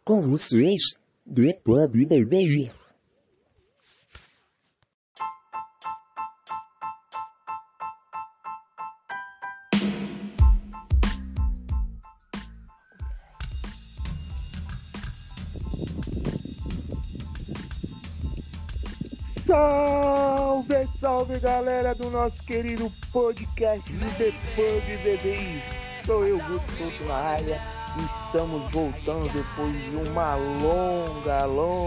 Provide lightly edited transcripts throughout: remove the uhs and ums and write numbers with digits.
com vocês, depois do beijo. Salve, salve galera do nosso querido podcast do The Pub BBI. Sou eu, Guto Souto na área. Estamos voltando depois de uma longa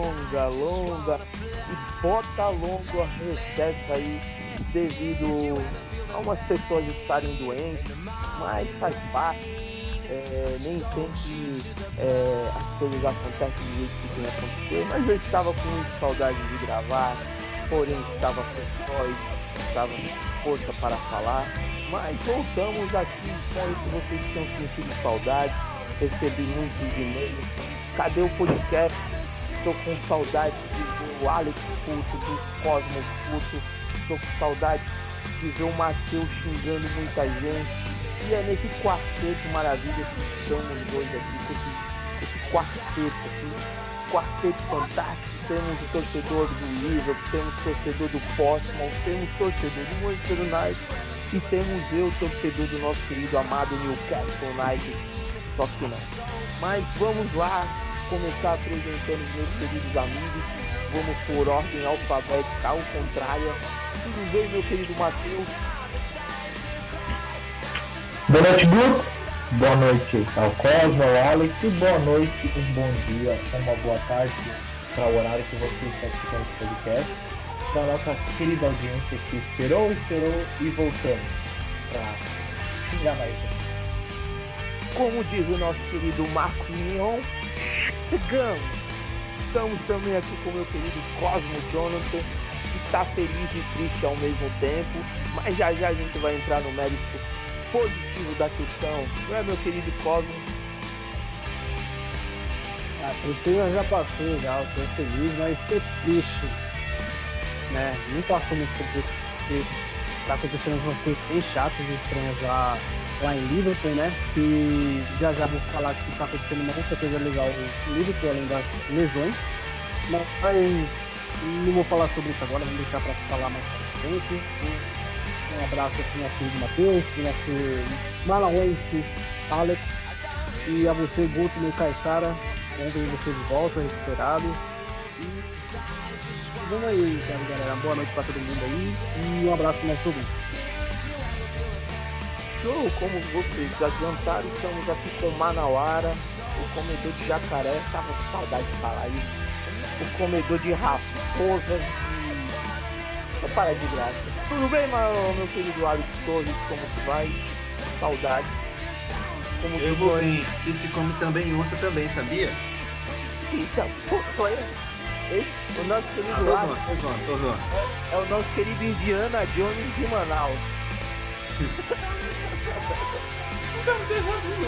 e bota longa recesso aí devido a umas pessoas estarem doentes, mas faz parte. Nem sempre as coisas acontecem do jeito que tem que acontecer, mas eu estava com muita saudade de gravar, porém estava com voz, estava com força para falar, mas voltamos aqui, espero que vocês tenham sentido saudade, recebi muitos e-mails, cadê o podcast? Estou com saudade do Alex Puto, do Cosmo Puto, estou com saudade de ver o Matheus xingando muita gente. E é nesse quarteto maravilha que estamos hoje aqui, esse quarteto fantástico. Temos o torcedor do Liverpool, temos o torcedor do Portsmouth, temos o torcedor do Manchester United e temos eu, torcedor do nosso querido amado Newcastle United, só que não. Mas vamos lá, começar apresentando os meus queridos amigos, vamos por ordem alfabética ao contrário. Tudo bem, meu querido Matheus? Boa noite, Guto. Boa noite ao Cosmo, ao Alex. E boa noite, um bom dia, uma boa tarde para o horário que você está escutando esse podcast. Para a nossa querida audiência que esperou e voltamos para xingar mais. Como diz o nosso querido Marco Mignon, chegamos. Estamos também aqui com o meu querido Cosmo Jonathan, que está feliz e triste ao mesmo tempo, mas já a gente vai entrar no mérito positivo da questão, não é, meu querido Cosmo? A tristeza já passou, já, eu tô feliz, mas tô triste, né? Não passou muito por isso, porque tá acontecendo umas coisas bem chatas e estranhas lá em Liverpool, né? E já vou falar que tá acontecendo muita coisa legal em Liverpool, além das lesões, mas não vou falar sobre isso agora, vamos deixar pra falar mais pra frente. Um abraço aqui ao nosso querido Matheus, ao nosso malauense Alex e a você, Guto, meu Caissara. Vamos ver você de volta, recuperado. E vamos aí, galera. Boa noite pra todo mundo aí e um abraço aos nossos ouvintes. Show, como vocês já adiantaram, estamos aqui com o Manauara, o comedor de jacaré, tava com saudade de falar isso. O comedor de raposas. Vou parar de graça. Tudo bem, meu querido Alex Torres, como que vai? Saudade. Como eu vou bem, que se come também onça também, sabia? Eita, pô, o nosso querido Alex tô zoando. É o nosso querido Indiana Jones de Manaus. Não tem errado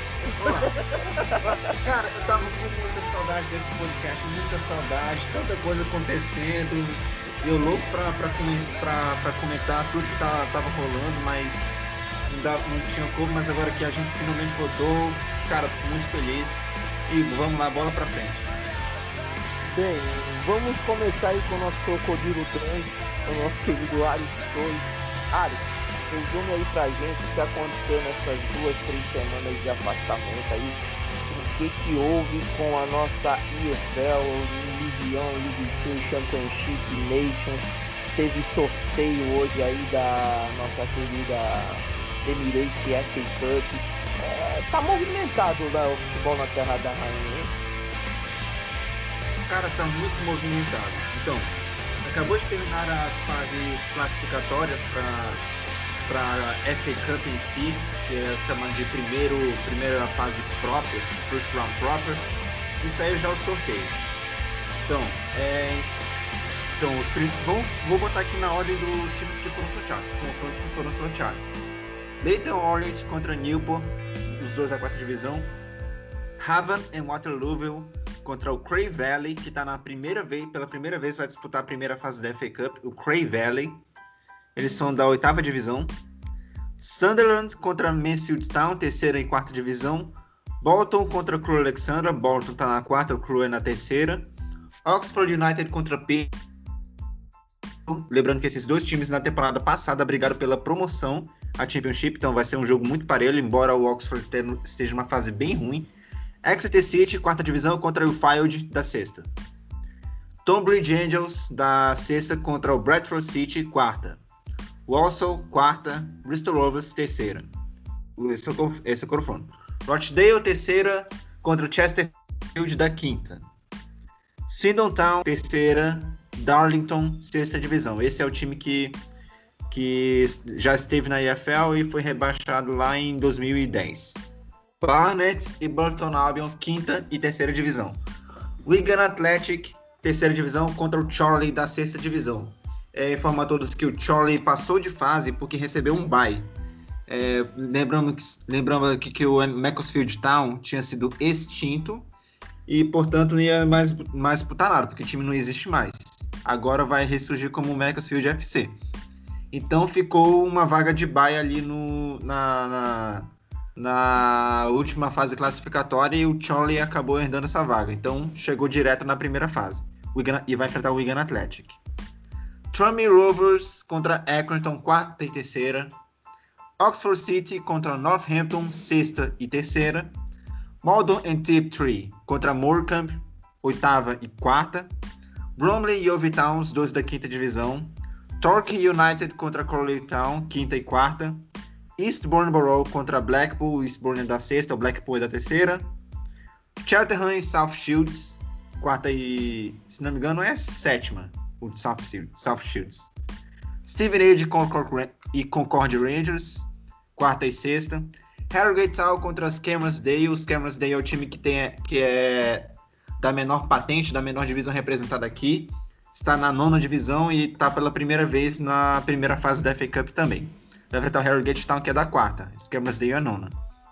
não. Cara, eu tava com muita saudade desse podcast, muita saudade, tanta coisa acontecendo. Eu louco pra comentar tudo que tava rolando, mas não tinha como, mas agora que a gente finalmente voltou, cara, muito feliz. E vamos lá, bola pra frente. Bem, vamos começar aí com o nosso crocodilo grande, o nosso querido Alex Torres. Alex, resume aí pra gente o que aconteceu nessas 2-3 semanas de afastamento aí. O que houve com a nossa EFL, Ligue 1, Ligue 2, Championship, Nations. Teve sorteio hoje aí da nossa querida Emirates FA Cup. Tá movimentado o futebol na Terra da Rainha, hein? Cara, tá muito movimentado. Então, acabou de terminar as fases classificatórias para FA Cup em si, que é chamado de primeira fase própria, first round proper, e saiu já o sorteio. Então, vou botar aqui na ordem dos times que foram sorteados, confrontos que foram sorteados. Leyton Orient contra Newport, os dois da 4ª divisão. Havant e Waterlooville contra o Cray Valley, que está pela primeira vez vai disputar a primeira fase da FA Cup, o Cray Valley. Eles são da 8ª divisão. Sunderland contra Mansfield Town, 3ª e 4ª divisão. Bolton contra Crewe Alexandra. Bolton tá na quarta, o Crewe é na terceira. Oxford United contra P. Lembrando que esses dois times na temporada passada brigaram pela promoção à Championship, então vai ser um jogo muito parelho, embora o Oxford esteja numa fase bem ruim. Exeter City, quarta divisão, contra o Field, da sexta. Tonbridge Angels, da sexta, contra o Bradford City, quarta. Walsall, quarta. Bristol Rovers, terceira. Esse é o confronto. Rochdale, terceira, contra o Chesterfield, da quinta. Swindon Town, terceira. Darlington, sexta divisão. Esse é o time que já esteve na EFL e foi rebaixado lá em 2010. Barnet e Burton Albion, quinta e terceira divisão. Wigan Athletic, terceira divisão, contra o Chorley, da sexta divisão. Informo a todos que o Chorley passou de fase porque recebeu um bye. Lembrando aqui que o Macclesfield Town tinha sido extinto e, portanto, não ia mais disputar nada, porque o time não existe mais. Agora vai ressurgir como o Macclesfield FC. Então ficou uma vaga de bye ali na última fase classificatória e o Chorley acabou herdando essa vaga. Então chegou direto na primeira fase e vai enfrentar o Wigan Athletic. Tranmere Rovers contra Accrington, quarta e terceira. Oxford City contra Northampton, sexta e terceira. Maldon and Tiptree contra Morecambe, oitava e quarta. Bromley e Yeovil Town, os dois da quinta divisão. Torquay United contra Crawley Town, quinta e quarta. Eastbourne Borough contra Blackpool, o Eastbourne é da sexta, o Blackpool é da terceira. Cheltenham e South Shields, quarta e, se não me engano, é sétima, o South Shields. Stevenage e Concord Rangers, quarta e sexta. Harrogate Town contra as Skelmersdale. O Skelmersdale é o time que é da menor patente, da menor divisão representada aqui. Está na nona divisão e está pela primeira vez na primeira fase da FA Cup também. Vai enfrentar o Harrogate Town, que é da quarta. Skelmersdale é a nona.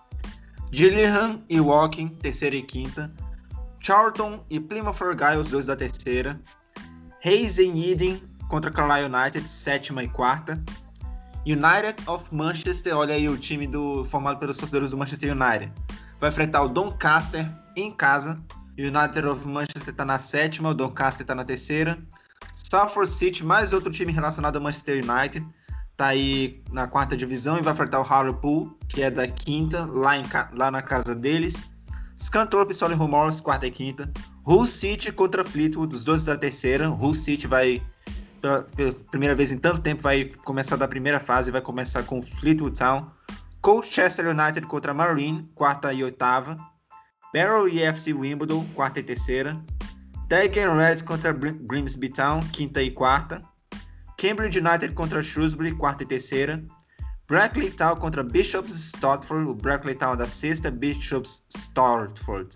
Gillingham e Woking, terceira e quinta. Charlton e Plymouth Argyle, os dois da terceira. Hayes e Eden contra Carlisle United, sétima e quarta. United of Manchester, olha aí o time formado pelos torcedores do Manchester United. Vai enfrentar o Doncaster em casa. United of Manchester está na sétima, o Doncaster está na terceira. Salford City, mais outro time relacionado ao Manchester United, está aí na quarta divisão e vai enfrentar o Hartlepool, que é da quinta, lá na casa deles. Scunthorpe e Solihull Moors, quarta e quinta. Hull City contra Fleetwood, os dois da terceira. Hull City vai, pela primeira vez em tanto tempo, vai começar da primeira fase, vai começar com Fleetwood Town. Colchester United contra Marine, quarta e oitava. Barrow e FC Wimbledon, quarta e terceira. Dagenham Reds contra Grimsby Town, quinta e quarta. Cambridge United contra Shrewsbury, quarta e terceira. Brackley Town contra Bishops Stortford, o Brackley Town é da sexta, Bishops Stortford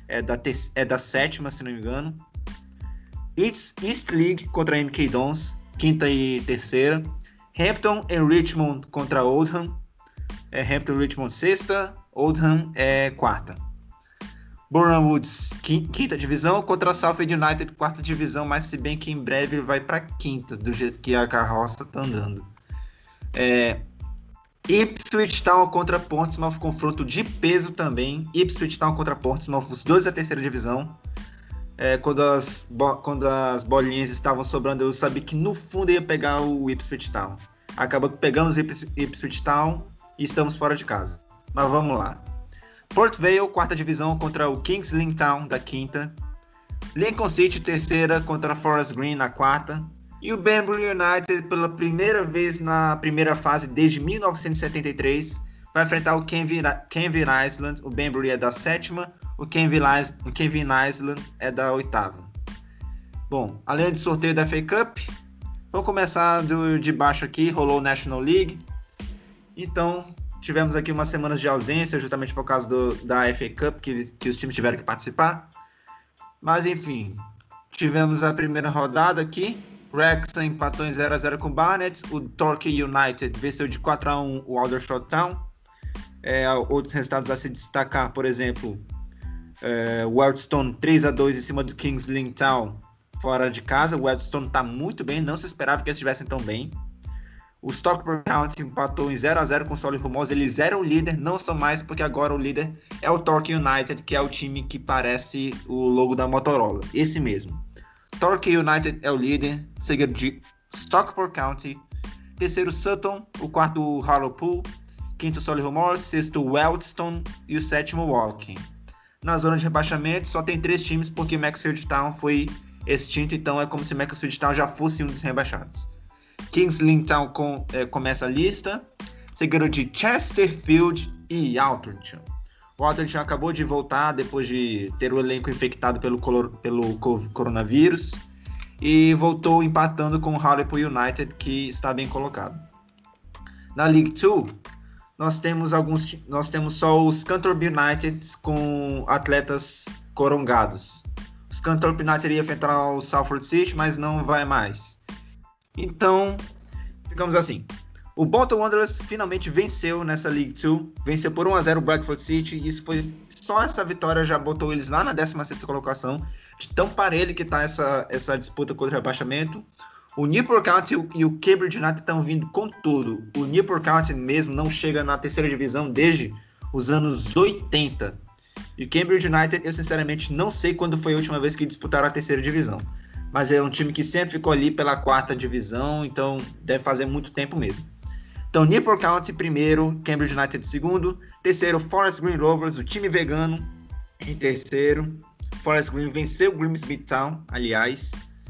é da sétima, se não me engano. East League contra MK Dons, quinta e terceira. Hampton e Richmond contra Oldham, Hampton e Richmond sexta, Oldham é quarta. Boreham Woods, quinta divisão, contra Salford United, quarta divisão, mas se bem que em breve ele vai para quinta, do jeito que a carroça tá andando. Ipswich Town contra Portsmouth, confronto de peso também. Ipswich Town contra Portsmouth, os dois da terceira divisão. Quando as bolinhas estavam sobrando, eu sabia que no fundo ia pegar o Ipswich Town. Acabou que pegamos o Ipswich Town e estamos fora de casa. Mas vamos lá. Port Vale, quarta divisão, contra o Kings Lynn Town, da quinta. Lincoln City, terceira, contra Forest Green, na quarta. E o Banbury United, pela primeira vez na primeira fase desde 1973, vai enfrentar o Canvin Island. O Banbury é da sétima, o Canvin Island é da oitava. Bom, além do sorteio da FA Cup, vamos começar de baixo aqui. Rolou o National League. Então, tivemos aqui umas semanas de ausência, justamente por causa da FA Cup, que os times tiveram que participar. Mas, enfim, tivemos a primeira rodada aqui. Wrexham empatou em 0-0 com o Barnet. O Torquay United venceu de 4-1 o Aldershot Town. Outros resultados a se destacar, por exemplo, o Wealdstone 3-2 em cima do Kings Lynn Town, fora de casa. O Wealdstone está muito bem, não se esperava que eles estivessem tão bem. O Stockport County empatou em 0-0 com o Solihull Moors. Eles eram o líder, não são mais, porque agora o líder é o Torquay United, que é o time que parece o logo da Motorola. Esse mesmo. Torquay United é o líder, seguido de Stockport County. Terceiro, Sutton. O quarto, Hartlepool. Quinto, Solihull Moors. Sexto, Wealdstone. E o sétimo, Woking. Na zona de rebaixamento, só tem 3 times, porque Macclesfield Town foi extinto, então é como se Macclesfield Town já fosse um dos rebaixados. Kings Lynn Town começa a lista, seguido de Chesterfield e Alderton. O Alderton acabou de voltar depois de ter o elenco infectado pelo coronavírus e voltou empatando com o Hartlepool United, que está bem colocado. Na League 2, nós temos só os Scunthorpe United com atletas corongados. O Scunthorpe United ia enfrentar o Salford City, mas não vai mais. Então, ficamos assim. O Bolton Wanderers finalmente venceu nessa League 2. Venceu por 1-0 o Bradford City. Só essa vitória já botou eles lá na 16ª colocação. De tão parelho que tá essa disputa contra o rebaixamento. O Newport County e o Cambridge United estão vindo com tudo. O Newport County mesmo não chega na 3ª divisão desde os anos 80. E o Cambridge United, eu sinceramente não sei quando foi a última vez que disputaram a 3ª divisão. Mas é um time que sempre ficou ali pela 4ª divisão, então deve fazer muito tempo mesmo. Então, Newport County primeiro, Cambridge United segundo. Terceiro, Forest Green Rovers, o time vegano, em terceiro. Forest Green venceu o Grimsby Town, aliás.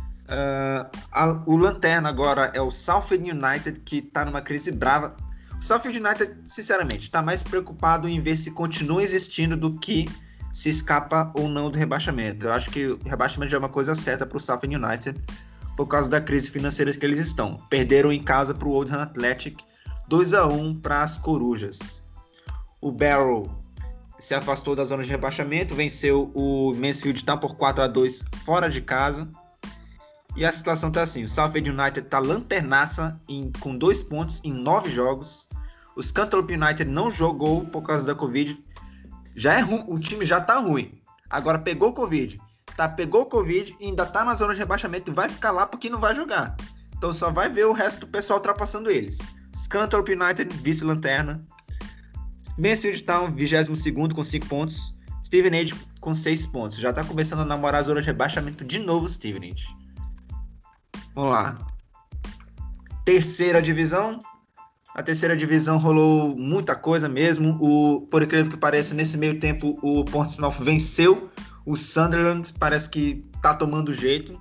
O lanterna agora é o Salford United, que está numa crise brava. O Salford United, sinceramente, está mais preocupado em ver se continua existindo do que se escapa ou não do rebaixamento. Eu acho que o rebaixamento já é uma coisa certa para o Salford United por causa da crise financeira que eles estão. Perderam em casa para o Oldham Athletic 2-1 para as Corujas. O Barrow se afastou da zona de rebaixamento, venceu o Mansfield Town por 4-2 fora de casa. E a situação tá assim, o Salford United tá lanternaça com 2 pontos em 9 jogos. O Scunthorpe United não jogou por causa da Covid. Já é ruim, o time já tá ruim. Agora pegou Covid e ainda tá na zona de rebaixamento e vai ficar lá porque não vai jogar. Então só vai ver o resto do pessoal ultrapassando eles. Scunthorpe United, vice-lanterna. Mansfield Town, 22º com 5 pontos. Stevenage com 6 pontos. Já tá começando a namorar a zona de rebaixamento de novo, Stevenage. Vamos lá. Terceira divisão. A terceira divisão rolou muita coisa mesmo. Por incrível que pareça, nesse meio tempo, o Portsmouth venceu o Sunderland. Parece que tá tomando jeito.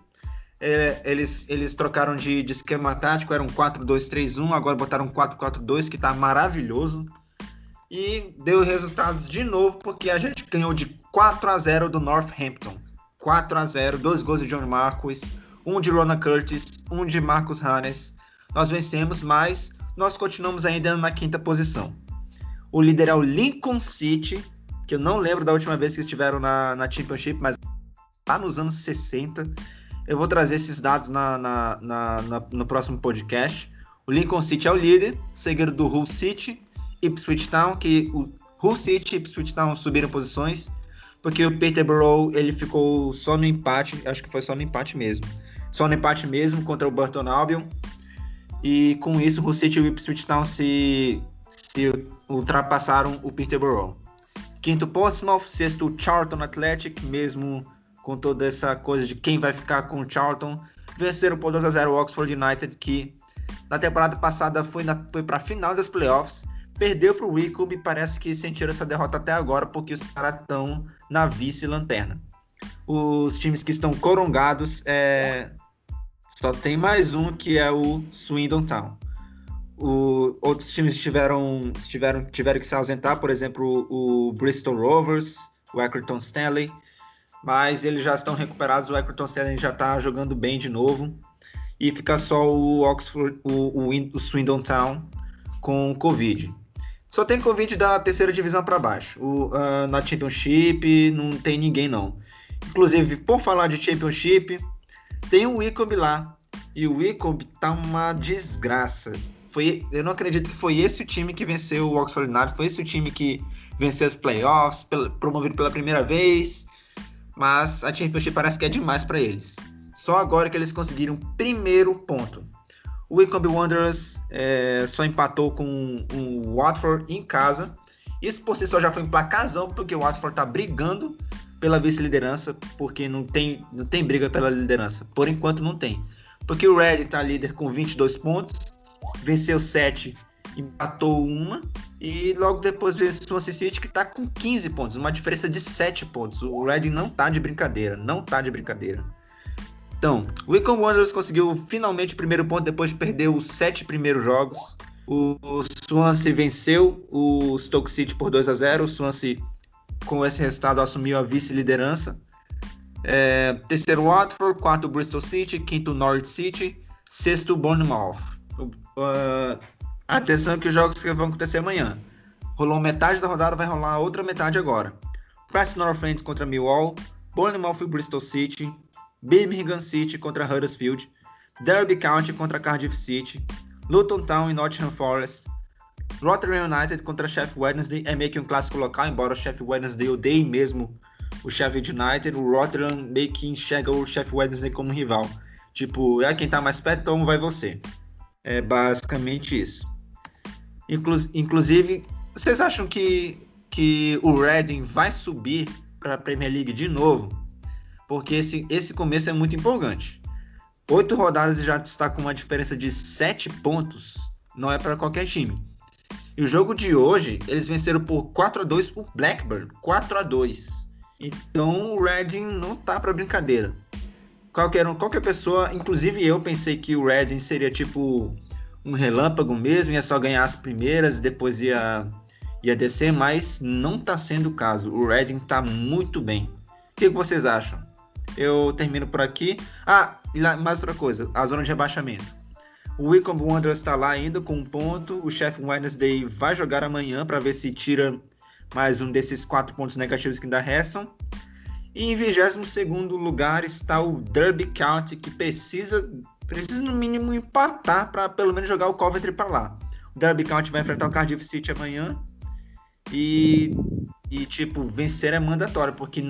Eles trocaram de esquema tático, era um 4-2-3-1, agora botaram um 4-4-2, que tá maravilhoso. E deu resultados de novo, porque a gente ganhou de 4-0 do Northampton. 4-0, 2 gols de John Marquis, um de Ronan Curtis, um de Marcus Hannes. Nós vencemos, mas nós continuamos ainda na 5ª posição. O líder é o Lincoln City, que eu não lembro da última vez que estiveram na Championship, mas tá nos anos 60. Eu vou trazer esses dados no próximo podcast. O Lincoln City é o líder, seguido do Hull City, Ipswich Town, que o Hull City e Ipswich Town subiram posições, porque o Peterborough ele ficou só no empate, acho que foi só no empate mesmo. Só no empate mesmo contra o Burton Albion. E com isso o Hull City e o Ipswich Town se ultrapassaram o Peterborough. Quinto, Portsmouth. Sexto, Charlton Athletic, mesmo com toda essa coisa de quem vai ficar com o Charlton. Venceram por 2-0 o Oxford United, que na temporada passada foi para a final das playoffs. Perdeu para o Wycombe e parece que sentiram essa derrota até agora, porque os caras estão na vice-lanterna. Os times que estão corongados, só tem mais um, que é o Swindon Town. Outros times tiveram que se ausentar, por exemplo, o Bristol Rovers, o Accrington Stanley, mas eles já estão recuperados. O Accrington Stanley já está jogando bem de novo, e fica só o Oxford, o Swindon Town com Covid. Só tem Covid da terceira divisão para baixo. Na Championship não tem ninguém não. Inclusive, por falar de Championship, tem o Wycombe lá, e o Wycombe tá uma desgraça. Eu não acredito que foi esse o time que venceu o Oxford United, foi esse o time que venceu as playoffs, promovido pela primeira vez, mas a Championship parece que é demais para eles. Só agora que eles conseguiram o primeiro ponto. O Wycombe Wanderers só empatou com o Watford em casa. Isso por si só já foi um placarzão, porque o Watford tá brigando pela vice-liderança, porque não tem briga pela liderança. Por enquanto não tem. Porque o Reading tá líder com 22 pontos, venceu 7, empatou 1, e logo depois veio o Swansea City, que tá com 15 pontos, uma diferença de 7 pontos. O Reading não tá de brincadeira, Então, o Wycombe Wanderers conseguiu finalmente o primeiro ponto depois de perder os 7 primeiros jogos. O Swansea venceu o Stoke City por 2-0. O Swansea, com esse resultado, assumiu a vice-liderança. Terceiro, Watford. Quarto, Bristol City. Quinto, Norwich City. Sexto, Bournemouth. Atenção que os jogos que vão acontecer amanhã. Rolou metade da rodada, vai rolar a outra metade agora. Preston North End contra Millwall. Bournemouth e Bristol City. Birmingham City contra Huddersfield, Derby County contra Cardiff City, Luton Town e Nottingham Forest, Rotherham United contra Sheffield Wednesday. É meio que um clássico local, embora o Sheffield Wednesday odeie mesmo o Sheffield United. O Rotherham meio que enxerga o Sheffield Wednesday como rival. Tipo, quem tá mais perto, então vai você. É basicamente isso. Inclusive, vocês acham que o Reading vai subir para a Premier League de novo? Porque esse começo é muito empolgante. 8 rodadas e já está com uma diferença de 7 pontos. Não é para qualquer time. E o jogo de hoje, eles venceram por 4-2 o Blackburn. 4-2. Então o Reading não tá para brincadeira. Qualquer pessoa, inclusive eu, pensei que o Reading seria tipo um relâmpago mesmo, ia só ganhar as primeiras e depois ia descer, mas não tá sendo o caso. O Reading tá muito bem. O que vocês acham? Eu termino por aqui. E mais outra coisa, a zona de rebaixamento. O Wycombe Wanderers está lá ainda com 1 ponto. O Sheffield Wednesday vai jogar amanhã para ver se tira mais um desses 4 pontos negativos que ainda restam. E em 22º lugar está o Derby County, que precisa no mínimo empatar para pelo menos jogar o Coventry para lá. O Derby County vai enfrentar o Cardiff City amanhã. E tipo, vencer é mandatório, porque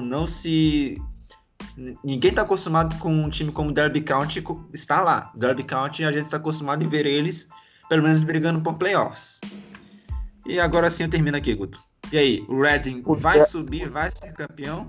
ninguém está acostumado com um time como o Derby County estar lá. Derby County, a gente está acostumado em ver eles, pelo menos, brigando por playoffs. E agora sim eu termino aqui, Guto. E aí, o Reading vai subir, vai ser campeão?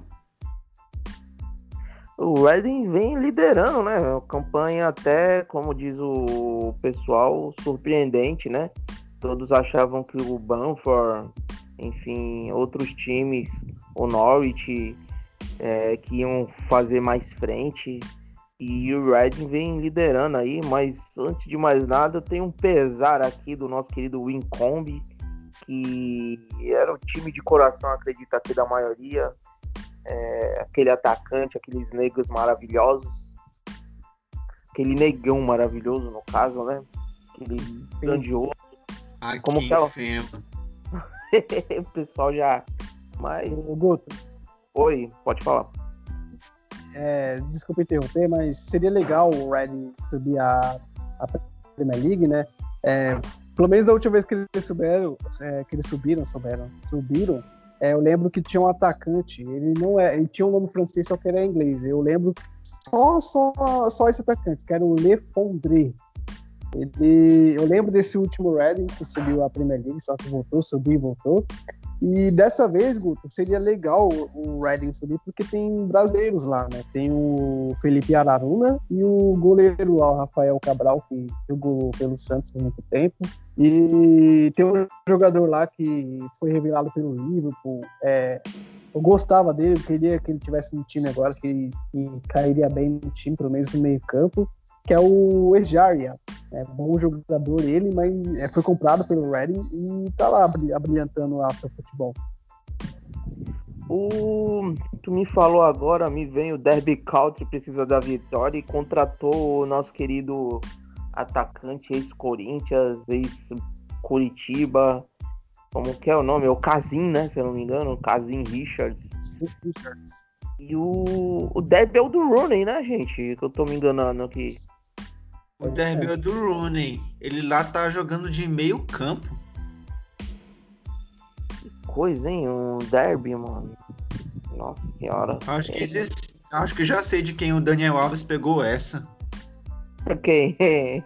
O Reading vem liderando, né? Campanha até, como diz o pessoal, surpreendente, né? Todos achavam que o Bamford, enfim, outros times, o Norwich, que iam fazer mais frente, e o Reading vem liderando aí. Mas antes de mais nada, eu tenho um pesar aqui do nosso querido Wycombe, que era o time de coração, acredito, aqui da maioria, aquele atacante, aqueles negros maravilhosos, aquele negão maravilhoso no caso, né, aquele grandioso, como que ela... o pessoal já... Mas... Guto. Oi, pode falar. Desculpa interromper, mas seria legal o Reading subir a Premier League, né? Pelo menos da última vez que eles subiram, eu lembro que tinha um atacante, ele tinha um nome francês, só que era inglês. Eu lembro só esse atacante, que era o Le Fondre. Eu lembro desse último Reading que subiu a Premier League, só que subiu e voltou. E dessa vez, Guto, seria legal o Reading subir, porque tem brasileiros lá, né? Tem o Felipe Araruna e o goleiro lá, o Rafael Cabral, que jogou pelo Santos há muito tempo. E tem um jogador lá que foi revelado pelo Liverpool. Eu gostava dele, eu queria que ele tivesse no time agora, que cairia bem no time, pelo menos no meio campo, que é o Ejaria. Bom jogador ele, mas foi comprado pelo Reading e tá lá abrilhantando lá seu futebol. Tu me falou agora, me vem o Derby County, precisa da vitória e contratou o nosso querido atacante, ex-Corinthians, ex-Curitiba, como que é o nome? É o Casim, né? Se eu não me engano, o Casim Richards. E o Derby é o do Rooney, né, gente? Que eu tô me enganando aqui. O Derby é do Rooney. Ele lá tá jogando de meio campo. Que coisa, hein? Um Derby, mano. Nossa senhora. Acho que já sei de quem o Daniel Alves pegou essa. Ok.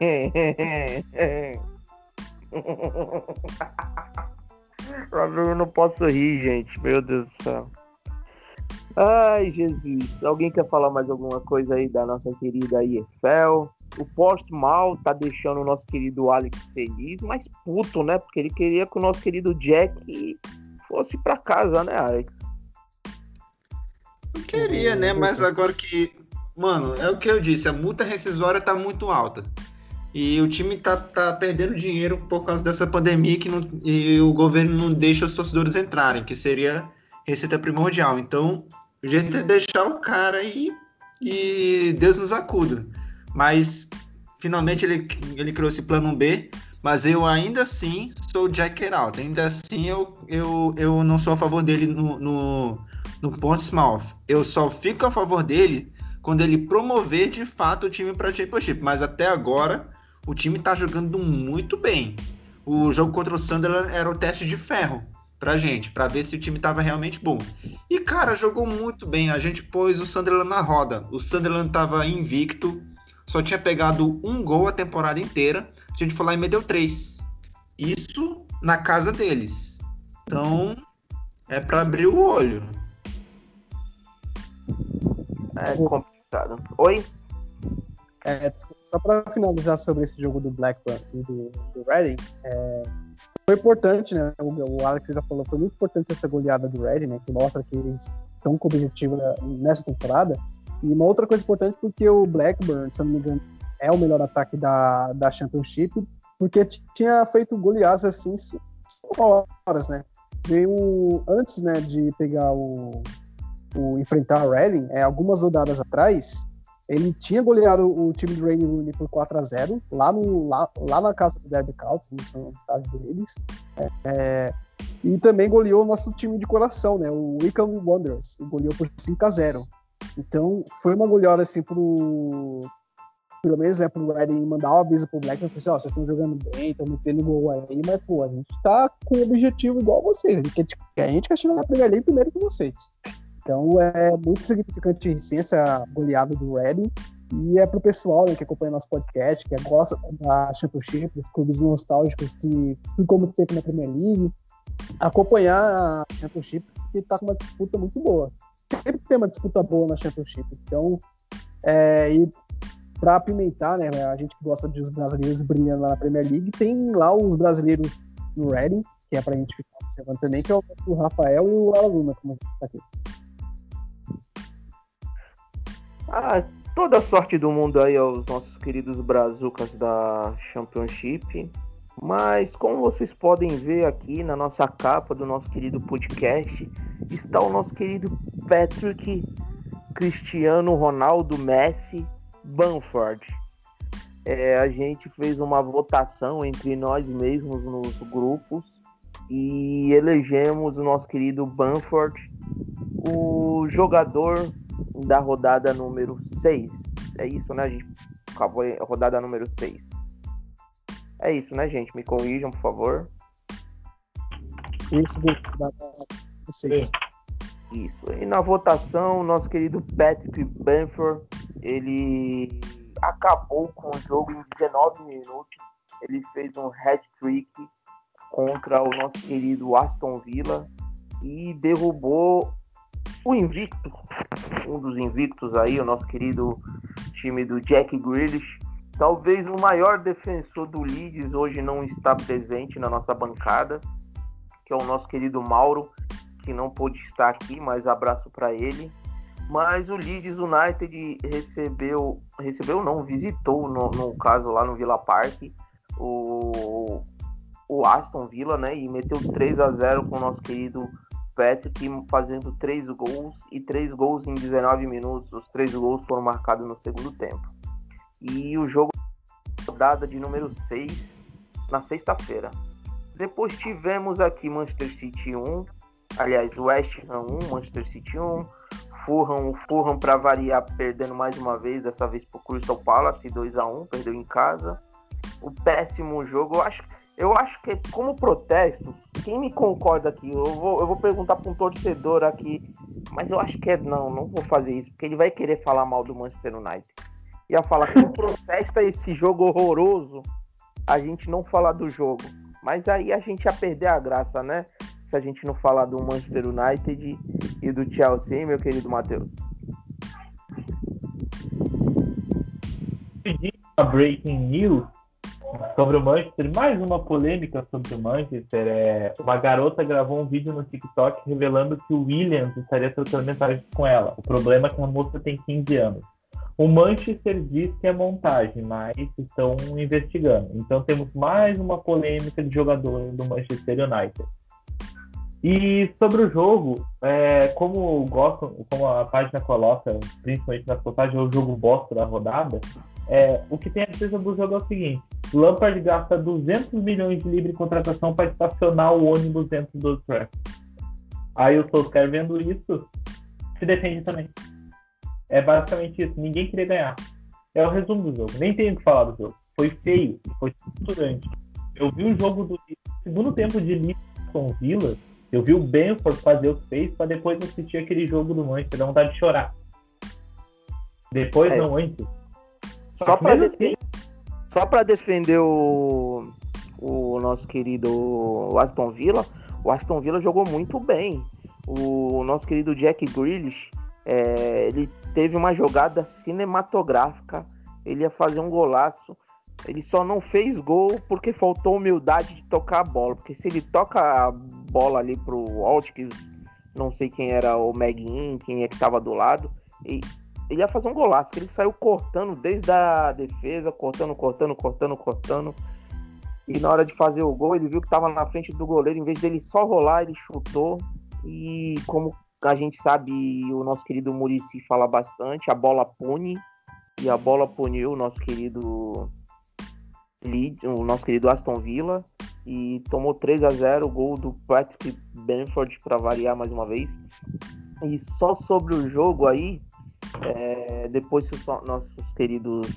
Eu não posso rir, gente. Meu Deus do céu. Ai, Jesus. Alguém quer falar mais alguma coisa aí da nossa querida EFL? O Portsmouth tá deixando o nosso querido Alex feliz, mas puto, né? Porque ele queria que o nosso querido Jack fosse pra casa, né, Alex? Eu queria, né? Mas agora que. Mano, é o que eu disse, a multa rescisória tá muito alta. E o time tá perdendo dinheiro por causa dessa pandemia e o governo não deixa os torcedores entrarem, que seria receita primordial. Então, o jeito é deixar o cara aí e Deus nos acuda. Mas, finalmente, ele criou esse plano B, mas eu ainda assim sou o Jack Out. Ainda assim, eu não sou a favor dele no Portsmouth. Eu só fico a favor dele quando ele promover de fato o time para Championship. Mas até agora o time tá jogando muito bem. O jogo contra o Sunderland era o teste de ferro pra gente, pra ver se o time tava realmente bom. E cara, jogou muito bem. A gente pôs o Sunderland na roda. O Sunderland tava invicto, só tinha pegado um gol a temporada inteira. A gente foi lá e meteu 3. Isso na casa deles. Então é pra abrir o olho. É complicado. Oi? Só para finalizar sobre esse jogo do Blackburn e do Reading, foi importante, né? O Alex já falou, foi muito importante essa goleada do Reading, né? Que mostra que eles estão com o objetivo nessa temporada. E uma outra coisa importante porque o Blackburn, se eu não me engano, é o melhor ataque da Championship, porque tinha feito goleadas assim horas, né? Veio antes, né, de pegar enfrentar o Reading, algumas rodadas atrás, ele tinha goleado o time do Wayne Rooney por 4-0, lá na casa do Derby County, no estádio deles. E também goleou o nosso time de coração, né, o Wycombe Wanderers, e goleou por 5-0. Então, foi uma goleada, assim, pelo menos, pro Reading mandar um aviso pro Blackburn, assim, vocês estão jogando bem, estão metendo gol aí, mas, pô, a gente tá com um objetivo igual a vocês, a gente quer chegar na Premier League primeiro que vocês. Então é muito significante sim, essa goleada do Reading, e é pro pessoal, né, que acompanha nosso podcast, que gosta da Championship, dos clubes nostálgicos que ficou muito tempo na Premier League, acompanhar a Championship, que tá com uma disputa muito boa. Sempre tem uma disputa boa na Championship. Então, e para apimentar, né, a gente que gosta de os brasileiros brilhando lá na Premier League, tem lá os brasileiros no Reading, que é pra gente ficar observando também, que é o Rafael e o Aluna, como tá aqui. Toda sorte do mundo aí aos nossos queridos brazucas da Championship. Mas como vocês podem ver aqui na nossa capa do nosso querido podcast, está o nosso querido Patrick Cristiano Ronaldo Messi Bamford. A gente fez uma votação entre nós mesmos nos grupos e elegemos o nosso querido Bamford o jogador da rodada número 6. É isso, né, gente? Acabou a rodada número 6. É isso, né, gente? Me corrijam, por favor. Isso, rodada 6. Isso. E na votação, o nosso querido Patrick Bamford, ele acabou com o jogo em 19 minutos. Ele fez um hat-trick contra o nosso querido Aston Villa e derrubou o invicto, um dos invictos aí, o nosso querido time do Jack Grealish. Talvez o maior defensor do Leeds hoje não está presente na nossa bancada, que é o nosso querido Mauro, que não pôde estar aqui, mas abraço para ele. Mas o Leeds United visitou, no caso lá no Villa Park, o Aston Villa, né, e meteu 3-0 com o nosso querido Patrick, fazendo 3 gols, e 3 gols em 19 minutos. Os 3 gols foram marcados no segundo tempo. E o jogo rodada de número 6, na sexta-feira. Depois tivemos aqui Manchester City 1, aliás, West Ham 1, Manchester City 1, Fulham para variar, perdendo mais uma vez, dessa vez pro Crystal Palace, 2-1, perdeu em casa. O péssimo jogo, eu acho que como protesto, quem me concorda aqui, eu vou perguntar para um torcedor aqui, mas eu acho que não vou fazer isso, porque ele vai querer falar mal do Manchester United. ia falar que protesta esse jogo horroroso, a gente não falar do jogo. Mas aí a gente ia perder a graça, né? Se a gente não falar do Manchester United e do Chelsea, hein, meu querido Matheus? Uma breaking news sobre o Manchester, mais uma polêmica sobre o Manchester. Uma garota gravou um vídeo no TikTok revelando que o Williams estaria trocando mensagens com ela. O problema é que a moça tem 15 anos. O Manchester diz que é montagem, mas estão investigando. Então temos mais uma polêmica de jogador do Manchester United. E sobre o jogo, como a página coloca, principalmente nas postagens, é o jogo bosta da rodada, o que tem a certeza do jogo é o seguinte: Lampard gasta 200 milhões de libras em contratação para estacionar o ônibus dentro do Trafford. Aí o Solskjaer vendo isso, se defende também. É basicamente isso, ninguém queria ganhar. É o resumo do jogo, nem tenho o que falar do jogo. Foi feio, foi torturante. Eu vi o jogo do segundo tempo de Aston Villa, eu vi o Benford fazer o que fez para depois assistir aquele jogo do Manchester, dá vontade de chorar. Depois não, antes. Só para defender o nosso querido Aston Villa, o Aston Villa jogou muito bem. O nosso querido Jack Grealish, ele teve uma jogada cinematográfica, ele ia fazer um golaço, ele só não fez gol porque faltou humildade de tocar a bola, porque se ele toca a bola ali pro Watkins, não sei quem era o Maguin, quem é que tava do lado, e ele ia fazer um golaço, que ele saiu cortando desde a defesa, cortando, e na hora de fazer o gol, ele viu que tava na frente do goleiro, em vez dele só rolar, ele chutou, e como a gente sabe, o nosso querido Muricy fala bastante, a bola pune, e a bola puniu o nosso querido Aston Villa, e tomou 3-0 o gol do Patrick Bamford para variar mais uma vez. E só sobre o jogo aí, depois se nossos queridos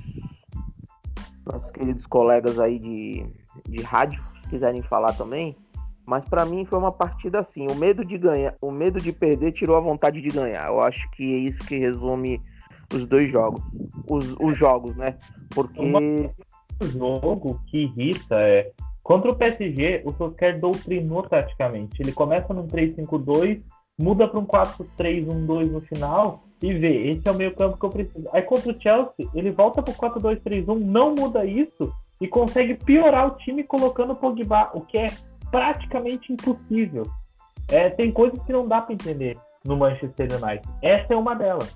colegas aí de rádio quiserem falar também, mas para mim foi uma partida assim, o medo de perder tirou a vontade de ganhar. Eu acho que é isso que resume os dois jogos, os jogos, né? Porque o jogo que irrita contra o PSG, o Solskjaer doutrinou taticamente. Ele começa num 3-5-2, muda para um 4-3-1-2 no final e vê, esse é o meio campo que eu preciso. Aí contra o Chelsea, ele volta para o 4-2-3-1, não muda isso e consegue piorar o time colocando o Pogba, o que é praticamente impossível. Tem coisas que não dá para entender no Manchester United. Essa é uma delas.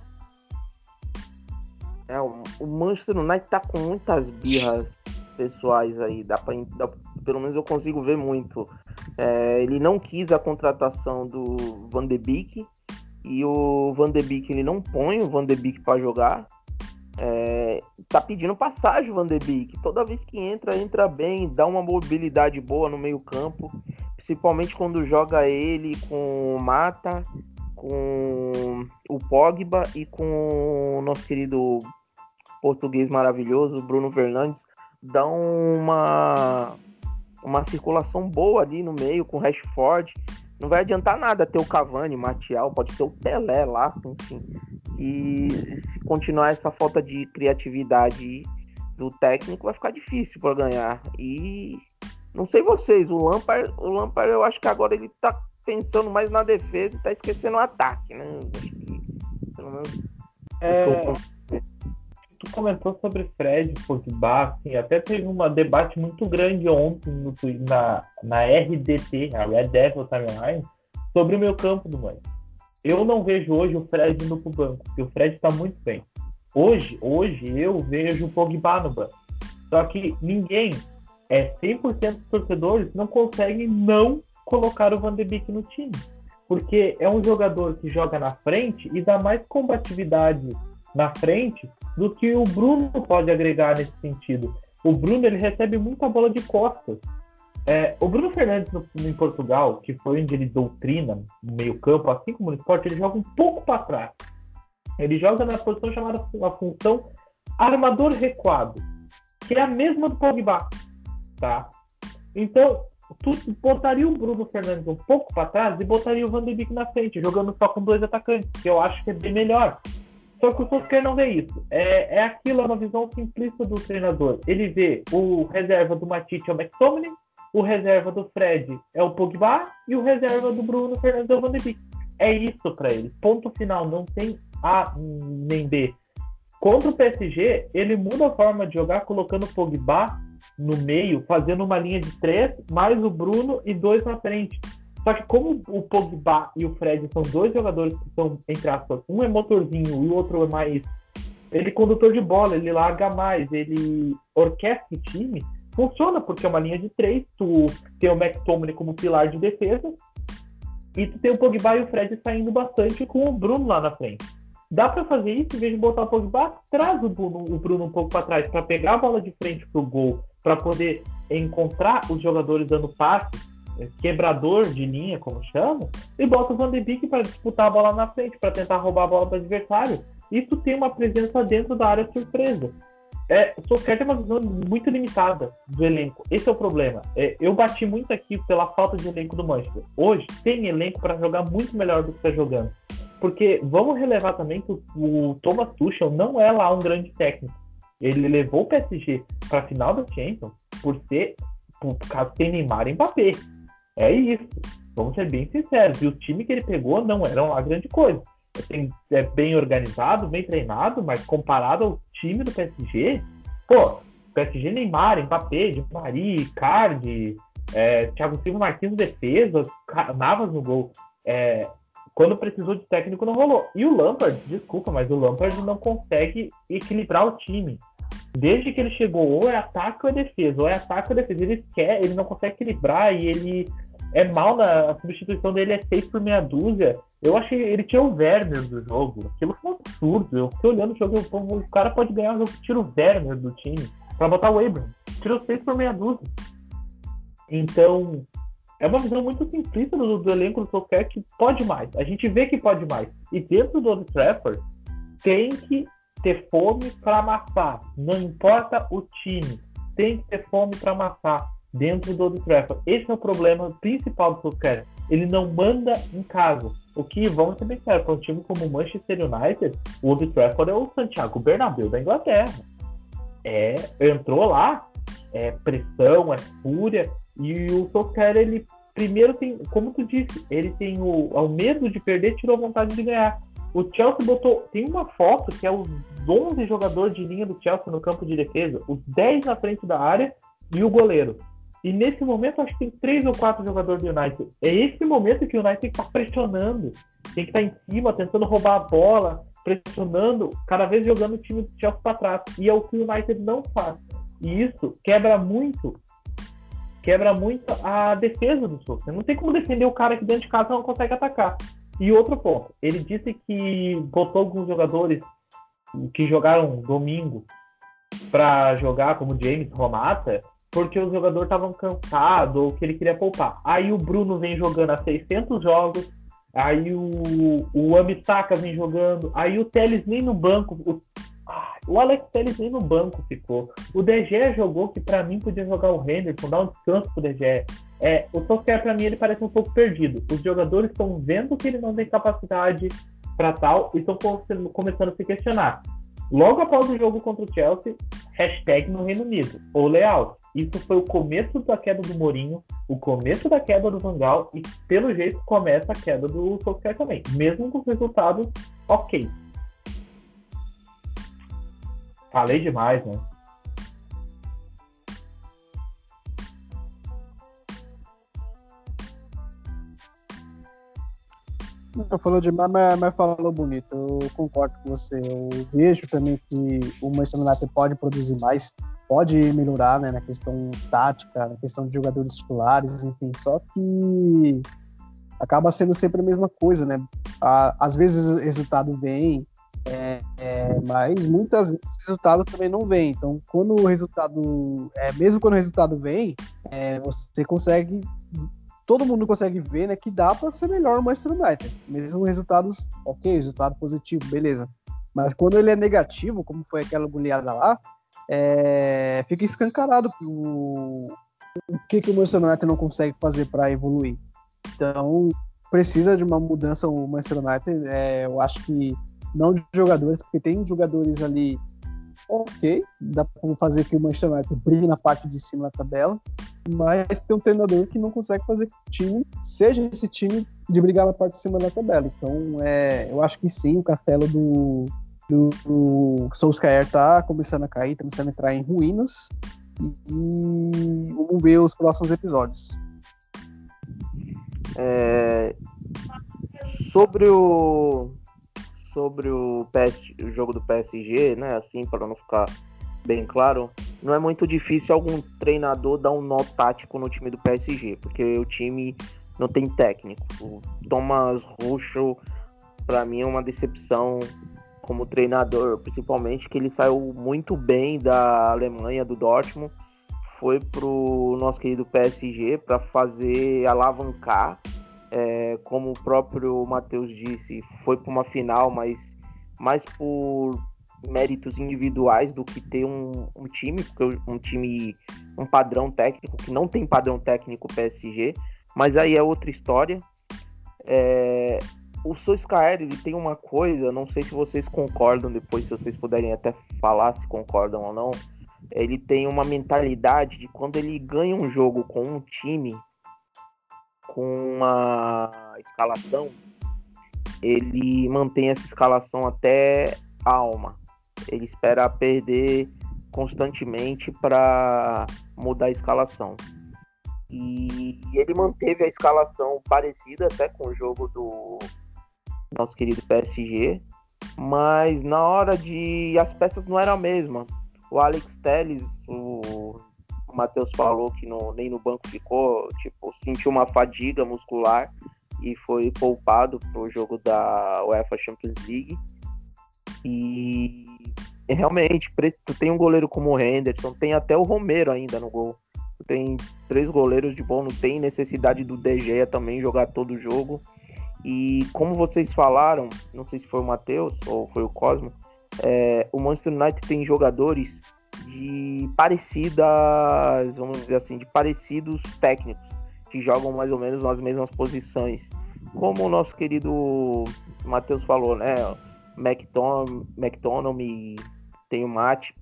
O Manchester United tá com muitas birras pessoais aí, pelo menos eu consigo ver muito. Ele não quis a contratação do Van de Beek, e o Van de Beek, ele não põe o Van de Beek para jogar. Tá pedindo passagem o Van de Beek, toda vez que entra bem, dá uma mobilidade boa no meio campo, principalmente quando joga ele com o Mata, com o Pogba e com o nosso querido português maravilhoso, Bruno Fernandes, dá uma circulação boa ali no meio com o Rashford. Não vai adiantar nada ter o Cavani, Martial, pode ter o Pelé lá, enfim. E se continuar essa falta de criatividade do técnico, vai ficar difícil para ganhar. E não sei vocês, o Lampard, eu acho que agora ele tá pensando mais na defesa e tá esquecendo o ataque, né? Acho que, pelo menos... Tu comentou sobre Fred, Pogba, assim, até teve um debate muito grande ontem na RDT, a Red Devil Timeline, sobre o meio campo do Manchester. Eu não vejo hoje o Fred indo pro banco, porque o Fred tá muito bem. Hoje eu vejo o Pogba no banco. Só que ninguém, 100% dos torcedores, não conseguem não colocar o Van de Beek no time. Porque é um jogador que joga na frente e dá mais combatividade na frente do que o Bruno pode agregar nesse sentido. O Bruno, ele recebe muita bola de costas. O Bruno Fernandes em Portugal, que foi onde ele doutrina no meio campo, assim como no esporte, ele joga um pouco para trás. Ele joga na posição chamada a função armador recuado, que é a mesma do Pogba, tá? Então, tu botaria o Bruno Fernandes um pouco para trás e botaria o Van de Beek na frente, jogando só com dois atacantes, que eu acho que é bem melhor. Só que o Solskjaer não vê isso. É aquilo, é uma visão simplista do treinador. Ele vê o reserva do Matite é o McTominay, o reserva do Fred é o Pogba e o reserva do Bruno Fernandes é o Van de Beek. É isso para ele. Ponto final. Não tem A nem B. Contra o PSG, ele muda a forma de jogar colocando o Pogba no meio, fazendo uma linha de 3, mais o Bruno e 2 na frente. Só que como o Pogba e o Fred são 2 jogadores que são, entre aspas, um é motorzinho e o outro é mais... Ele é condutor de bola, ele larga mais, ele orquestra o time, funciona porque é uma linha de 3, tu tem o McTominay como pilar de defesa e tu tem o Pogba e o Fred saindo bastante com o Bruno lá na frente. Dá para fazer isso, em vez de botar o Pogba, traz o Bruno um pouco para trás, para pegar a bola de frente pro gol, para poder encontrar os jogadores dando passe, quebrador de linha, como chamam, e bota o Van de Beek para disputar a bola na frente, para tentar roubar a bola do adversário. Isso tem uma presença dentro da área surpresa. O Solskjaer tem uma visão muito limitada do elenco. Esse é o problema. Eu bati muito aqui pela falta de elenco do Manchester. Hoje tem elenco para jogar muito melhor do que está jogando. Porque vamos relevar também que o Thomas Tuchel não é lá um grande técnico. Ele levou o PSG para a final da Champions por causa que tem Neymar e Mbappé. É isso. Vamos ser bem sinceros. E o time que ele pegou não era uma grande coisa. É bem organizado, bem treinado, mas comparado ao time do PSG, PSG, Neymar, Mbappé, Di Maria, Icardi, Thiago Silva, Marquinhos defesa, Navas no gol. Quando precisou de técnico não rolou. E o Lampard, desculpa, mas o Lampard não consegue equilibrar o time. Desde que ele chegou, ou é ataque ou é defesa, ou é ataque ou é defesa. Ele não consegue equilibrar e ele é mal a substituição dele é 6 por meia dúzia. Eu achei ele tinha o Werner do jogo. Aquilo foi um absurdo. Eu fiquei olhando o jogo, o cara pode ganhar um jogo que tira o Werner do time pra botar o Abraham. Tirou 6 por meia dúzia. Então, é uma visão muito simplista do elenco do Solskjaer que pode mais. A gente vê que pode mais. E dentro do Old Trafford, tem que ter fome para amassar. Não importa o time. Tem que ter fome para amassar dentro do Old Trafford. Esse é o problema principal do Solskjaer. Ele não manda em casa. O que, vamos ser bem sérios, para um time como o Manchester United, o Old Trafford é o Santiago Bernabéu da Inglaterra. Entrou lá, pressão, fúria, e o Solskjaer, ele primeiro tem, como tu disse, ele tem o medo de perder, tirou a vontade de ganhar. O Chelsea tem uma foto que é os 11 jogadores de linha do Chelsea no campo de defesa, os 10 na frente da área e o goleiro. E nesse momento, acho que tem 3 ou 4 jogadores do United. É esse momento que o United tem que estar pressionando. Tem que estar em cima, tentando roubar a bola, pressionando, cada vez jogando o time do Chelsea para trás. E é o que o United não faz. E isso quebra muito a defesa do Solskjaer. Não tem como defender o cara que dentro de casa não consegue atacar. E outro ponto, ele disse que botou alguns jogadores que jogaram domingo para jogar, como James Romata, porque os jogadores estavam cansados ou que ele queria poupar. Aí o Bruno vem jogando há 600 jogos, aí o Ambissaca vem jogando, aí o Telles nem no banco, o Alex Telles nem no banco ficou. O De Gea jogou, que pra mim podia jogar o Henderson, dar um descanso pro De Gea. O Solskjaer, pra mim, ele parece um pouco perdido. Os jogadores estão vendo que ele não tem capacidade pra tal e estão começando a se questionar. Logo após o jogo contra o Chelsea, hashtag no Reino Unido, ou Leal. Isso foi o começo da queda do Mourinho, o começo da queda do Van Gaal e, pelo jeito, começa a queda do Solskjaer também, mesmo com os resultados ok. Falei demais, né? Não falou demais, mas falou bonito. Eu concordo com você. Eu vejo também que o Manchester United pode produzir mais, pode melhorar, né, na questão tática, na questão de jogadores titulares, enfim. Só que acaba sendo sempre a mesma coisa, né? Às vezes o resultado vem, mas muitas vezes o resultado também não vem. Então, quando o resultado, mesmo quando o resultado vem, você consegue, todo mundo consegue ver, né, que dá para ser melhor o Manchester United, mesmo resultados, ok, resultado positivo, beleza. Mas quando ele é negativo, como foi aquela goleada lá, fica escancarado o que o Manchester United não consegue fazer para evoluir. Então, precisa de uma mudança o Manchester United. Eu acho que não de jogadores, porque tem jogadores ali, ok, dá para fazer que o Manchester United brigue na parte de cima da tabela, mas tem um treinador que não consegue fazer que o time seja esse time de brigar na parte de cima da tabela. Então, eu acho que sim, o castelo do Solskjaer está começando a cair, está começando a entrar em ruínas, e vamos ver os próximos episódios. Sobre o jogo do PSG, né, assim, para não ficar bem claro, não é muito difícil algum treinador dar um nó tático no time do PSG, porque o time não tem técnico. O Thomas Tuchel, para mim, é uma decepção como treinador, principalmente que ele saiu muito bem da Alemanha, do Dortmund, foi pro nosso querido PSG para fazer alavancar, como o próprio Matheus disse, foi para uma final, mas mais por méritos individuais do que ter um time, porque um padrão técnico, que não tem padrão técnico PSG, mas aí é outra história. O Solskjaer, ele tem uma coisa, não sei se vocês concordam, depois se vocês puderem até falar se concordam ou não, ele tem uma mentalidade de quando ele ganha um jogo com um time, com uma escalação, ele mantém essa escalação até a alma. Ele espera perder constantemente para mudar a escalação. E ele manteve a escalação parecida até com o jogo do nosso querido PSG, mas na hora as peças não eram a mesma. O Alex Telles, o Matheus falou que nem no banco ficou, sentiu uma fadiga muscular e foi poupado pro jogo da UEFA Champions League. E realmente, tu tem um goleiro como o Henderson, tem até o Romero ainda no gol. Tu tem 3 goleiros de bom, não tem necessidade do De Gea também jogar todo o jogo. E como vocês falaram, não sei se foi o Matheus ou foi o Cosmo, o Manchester United tem jogadores de parecidas, vamos dizer assim, de parecidos técnicos, que jogam mais ou menos nas mesmas posições. Como o nosso querido Matheus falou, né? McTominay, tem o Matip,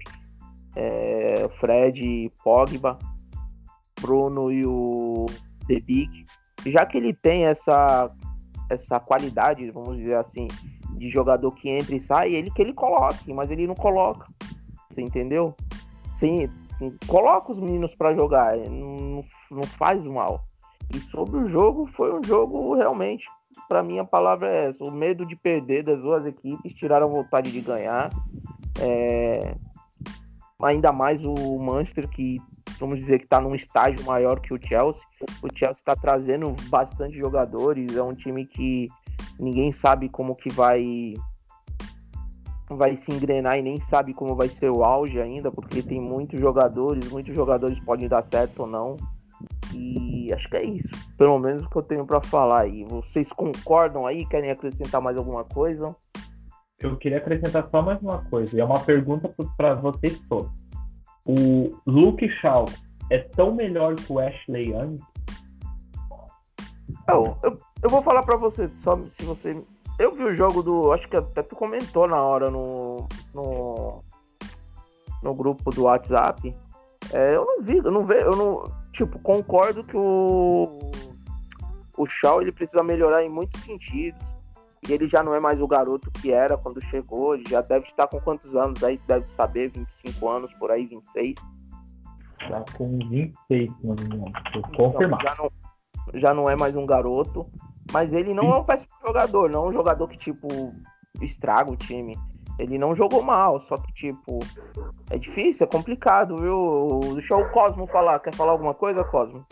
Fred, Pogba, Bruno e o The Big. Já que ele tem essa qualidade, vamos dizer assim, de jogador que entra e sai, ele que ele coloque, mas ele não coloca, você entendeu? Sim, coloca os meninos para jogar, não faz mal. E sobre o jogo, foi um jogo realmente, para mim a palavra é essa, o medo de perder das duas equipes, tiraram a vontade de ganhar, ainda mais o Manchester, que vamos dizer que está num estágio maior que o Chelsea. O Chelsea está trazendo bastante jogadores, é um time que ninguém sabe como que vai se engrenar e nem sabe como vai ser o auge ainda, porque tem muitos jogadores podem dar certo ou não. E acho que é isso, pelo menos o que eu tenho para falar aí. Vocês concordam aí? Querem acrescentar mais alguma coisa? Eu queria acrescentar só mais uma coisa, e é uma pergunta para vocês todos. O Luke Shaw é tão melhor que o Ashley Young? Eu vou falar para você, só se você... Eu vi o jogo acho que até tu comentou na hora no grupo do WhatsApp. Concordo que o Shaw, ele precisa melhorar em muitos sentidos. E ele já não é mais o garoto que era quando chegou. Ele já deve estar com quantos anos aí? Deve saber, 25 anos, por aí, 26. Já com 26, não me engano. Vou confirmar. Já não é mais um garoto. Mas ele não é um péssimo jogador. Não é um jogador que, estraga o time. Ele não jogou mal, só que, é difícil, é complicado, viu? Deixa o Cosmo falar. Quer falar alguma coisa, Cosmo?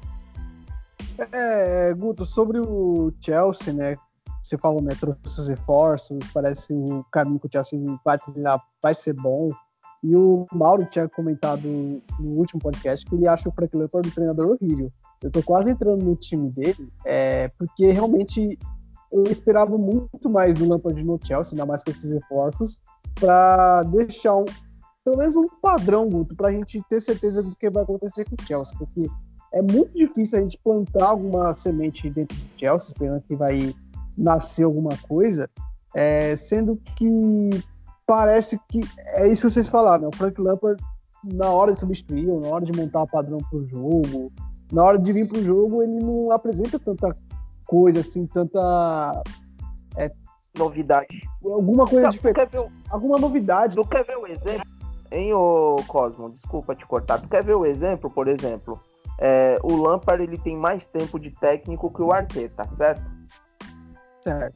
Guto, sobre o Chelsea, né? Você falou, né? Trouxe os reforços, parece o caminho que o Chelsea vai trilhar vai ser bom. E o Mauro tinha comentado no último podcast que ele acha o Frank Lampard um treinador horrível. Eu tô quase entrando no time dele, porque realmente eu esperava muito mais do Lampard no Chelsea, ainda mais com esses reforços, para deixar pelo menos um padrão, Guto, pra gente ter certeza do que vai acontecer com o Chelsea, porque é muito difícil a gente plantar alguma semente dentro do Chelsea, esperando que vai nascer alguma coisa, Sendo que parece que é isso que vocês falaram, né? O Frank Lampard, na hora de substituir, ou na hora de montar o padrão pro jogo, na hora de vir pro jogo, ele não apresenta tanta coisa, assim, tanta Novidade. alguma coisa Tu quer diferente, ver alguma novidade. Tu quer ver o exemplo? Hein, ô Cosmo? Desculpa te cortar. Tu quer ver o exemplo, por exemplo? O Lampard, ele tem mais tempo de técnico que o Arteta, certo? Certo.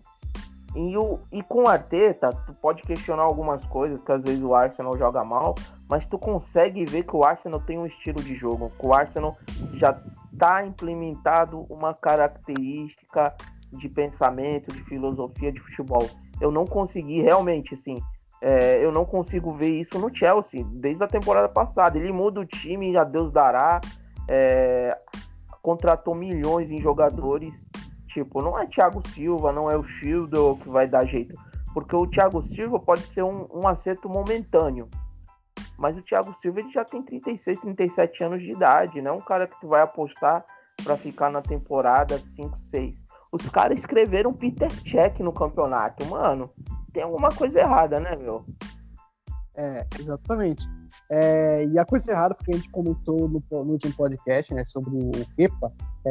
E com o Arteta, tu pode questionar algumas coisas, que às vezes o Arsenal joga mal, mas tu consegue ver que o Arsenal tem um estilo de jogo, que o Arsenal já tá implementado uma característica de pensamento, de filosofia de futebol. Eu não consegui realmente, assim, eu não consigo ver isso no Chelsea, desde a temporada passada. Ele muda o time, a Deus dará, contratou milhões em jogadores. Tipo, não é Thiago Silva, não é o Schildel que vai dar jeito. Porque o Thiago Silva pode ser um acerto momentâneo. Mas o Thiago Silva, ele já tem 36, 37 anos de idade. Não é um cara que tu vai apostar para ficar na temporada 5, 6. Os caras escreveram Peter Cech no campeonato. Mano, tem alguma coisa errada, né, meu? Exatamente. E a coisa errada foi que a gente comentou no último podcast, né, sobre o Kepa,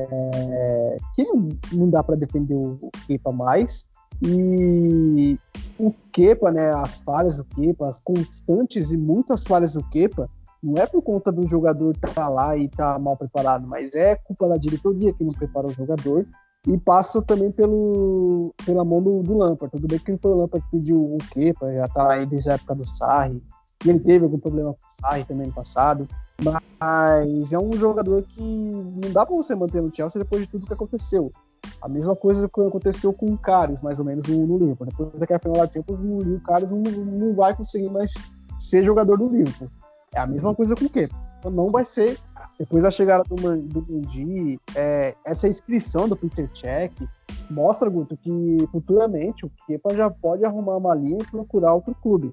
que não dá para defender o Kepa mais, e o Kepa, né, as falhas do Kepa, as constantes e muitas falhas do Kepa, não é por conta do jogador estar lá e estar mal preparado, mas é culpa da diretoria que não prepara o jogador, e passa também pela mão do Lampard. Tudo bem que não foi o Lampard que pediu o Kepa, já tá aí desde a época do Sarri, e ele teve algum problema com o Sarri também no passado, mas é um jogador que não dá pra você manter no Chelsea depois de tudo que aconteceu. A mesma coisa que aconteceu com o Karius, mais ou menos, no Liverpool. Depois daquela final da Champions, o Karius não vai conseguir mais ser jogador do Liverpool. É a mesma coisa com o Kepa. Então não vai ser. Depois da chegada do Mendy, essa inscrição do Peter Cech mostra, Guto, que futuramente o Kepa já pode arrumar uma linha e procurar outro clube.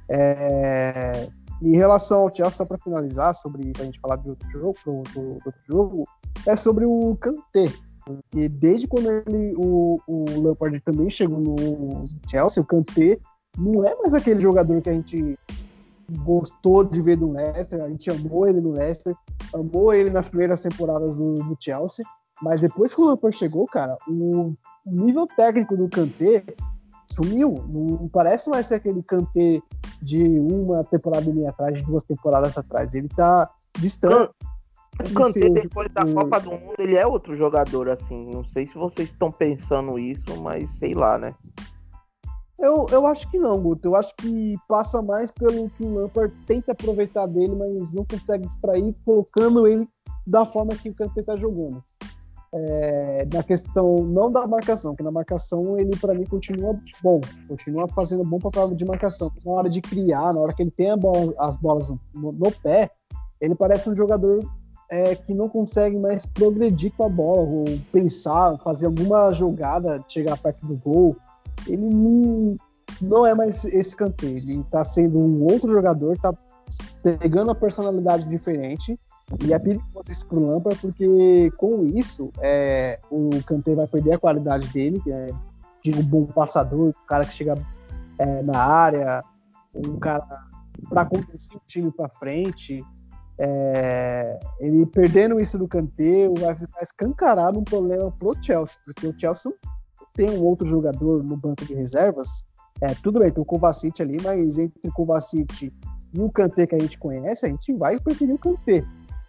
Em relação ao Chelsea, só para finalizar, sobre isso, a gente falar do outro jogo, é sobre o Kanté. Porque desde quando o Lampard também chegou no Chelsea, o Kanté não é mais aquele jogador que a gente gostou de ver do Leicester, a gente amou ele no Leicester, amou ele nas primeiras temporadas do Chelsea, mas depois que o Lampard chegou, cara, o nível técnico do Kanté sumiu, não parece mais ser aquele Kanté de uma temporada e meia atrás, de 2 temporadas atrás, ele tá distante. O Kanté, depois da Copa do Mundo, ele é outro jogador, assim, não sei se vocês estão pensando isso, mas sei lá, né? Eu acho que não, Guto. Eu acho que passa mais pelo que o Lampard tenta aproveitar dele, mas não consegue extrair, colocando ele da forma que o Kanté tá jogando. Na questão, não da marcação, que na marcação ele, para mim, continua bom. Continua fazendo bom papel de marcação. Na hora de criar, na hora que ele tem as bolas no pé, ele parece um jogador que não consegue mais progredir com a bola, ou pensar, fazer alguma jogada, chegar perto do gol. Ele não é mais esse Kanté, ele tá sendo um outro jogador, tá pegando uma personalidade diferente, e é perigoso isso pro Lampard, porque com isso o Kanté vai perder a qualidade dele, que é de um bom passador, um cara que chega na área, um cara para conduzir o time para frente. Ele perdendo isso do Kanté vai ficar escancarado um problema pro Chelsea, porque o Chelsea tem um outro jogador no banco de reservas, tudo bem, tem o Kovacic ali, mas entre o Kovacic e o Kanté que a gente conhece, a gente vai preferir o Kanté.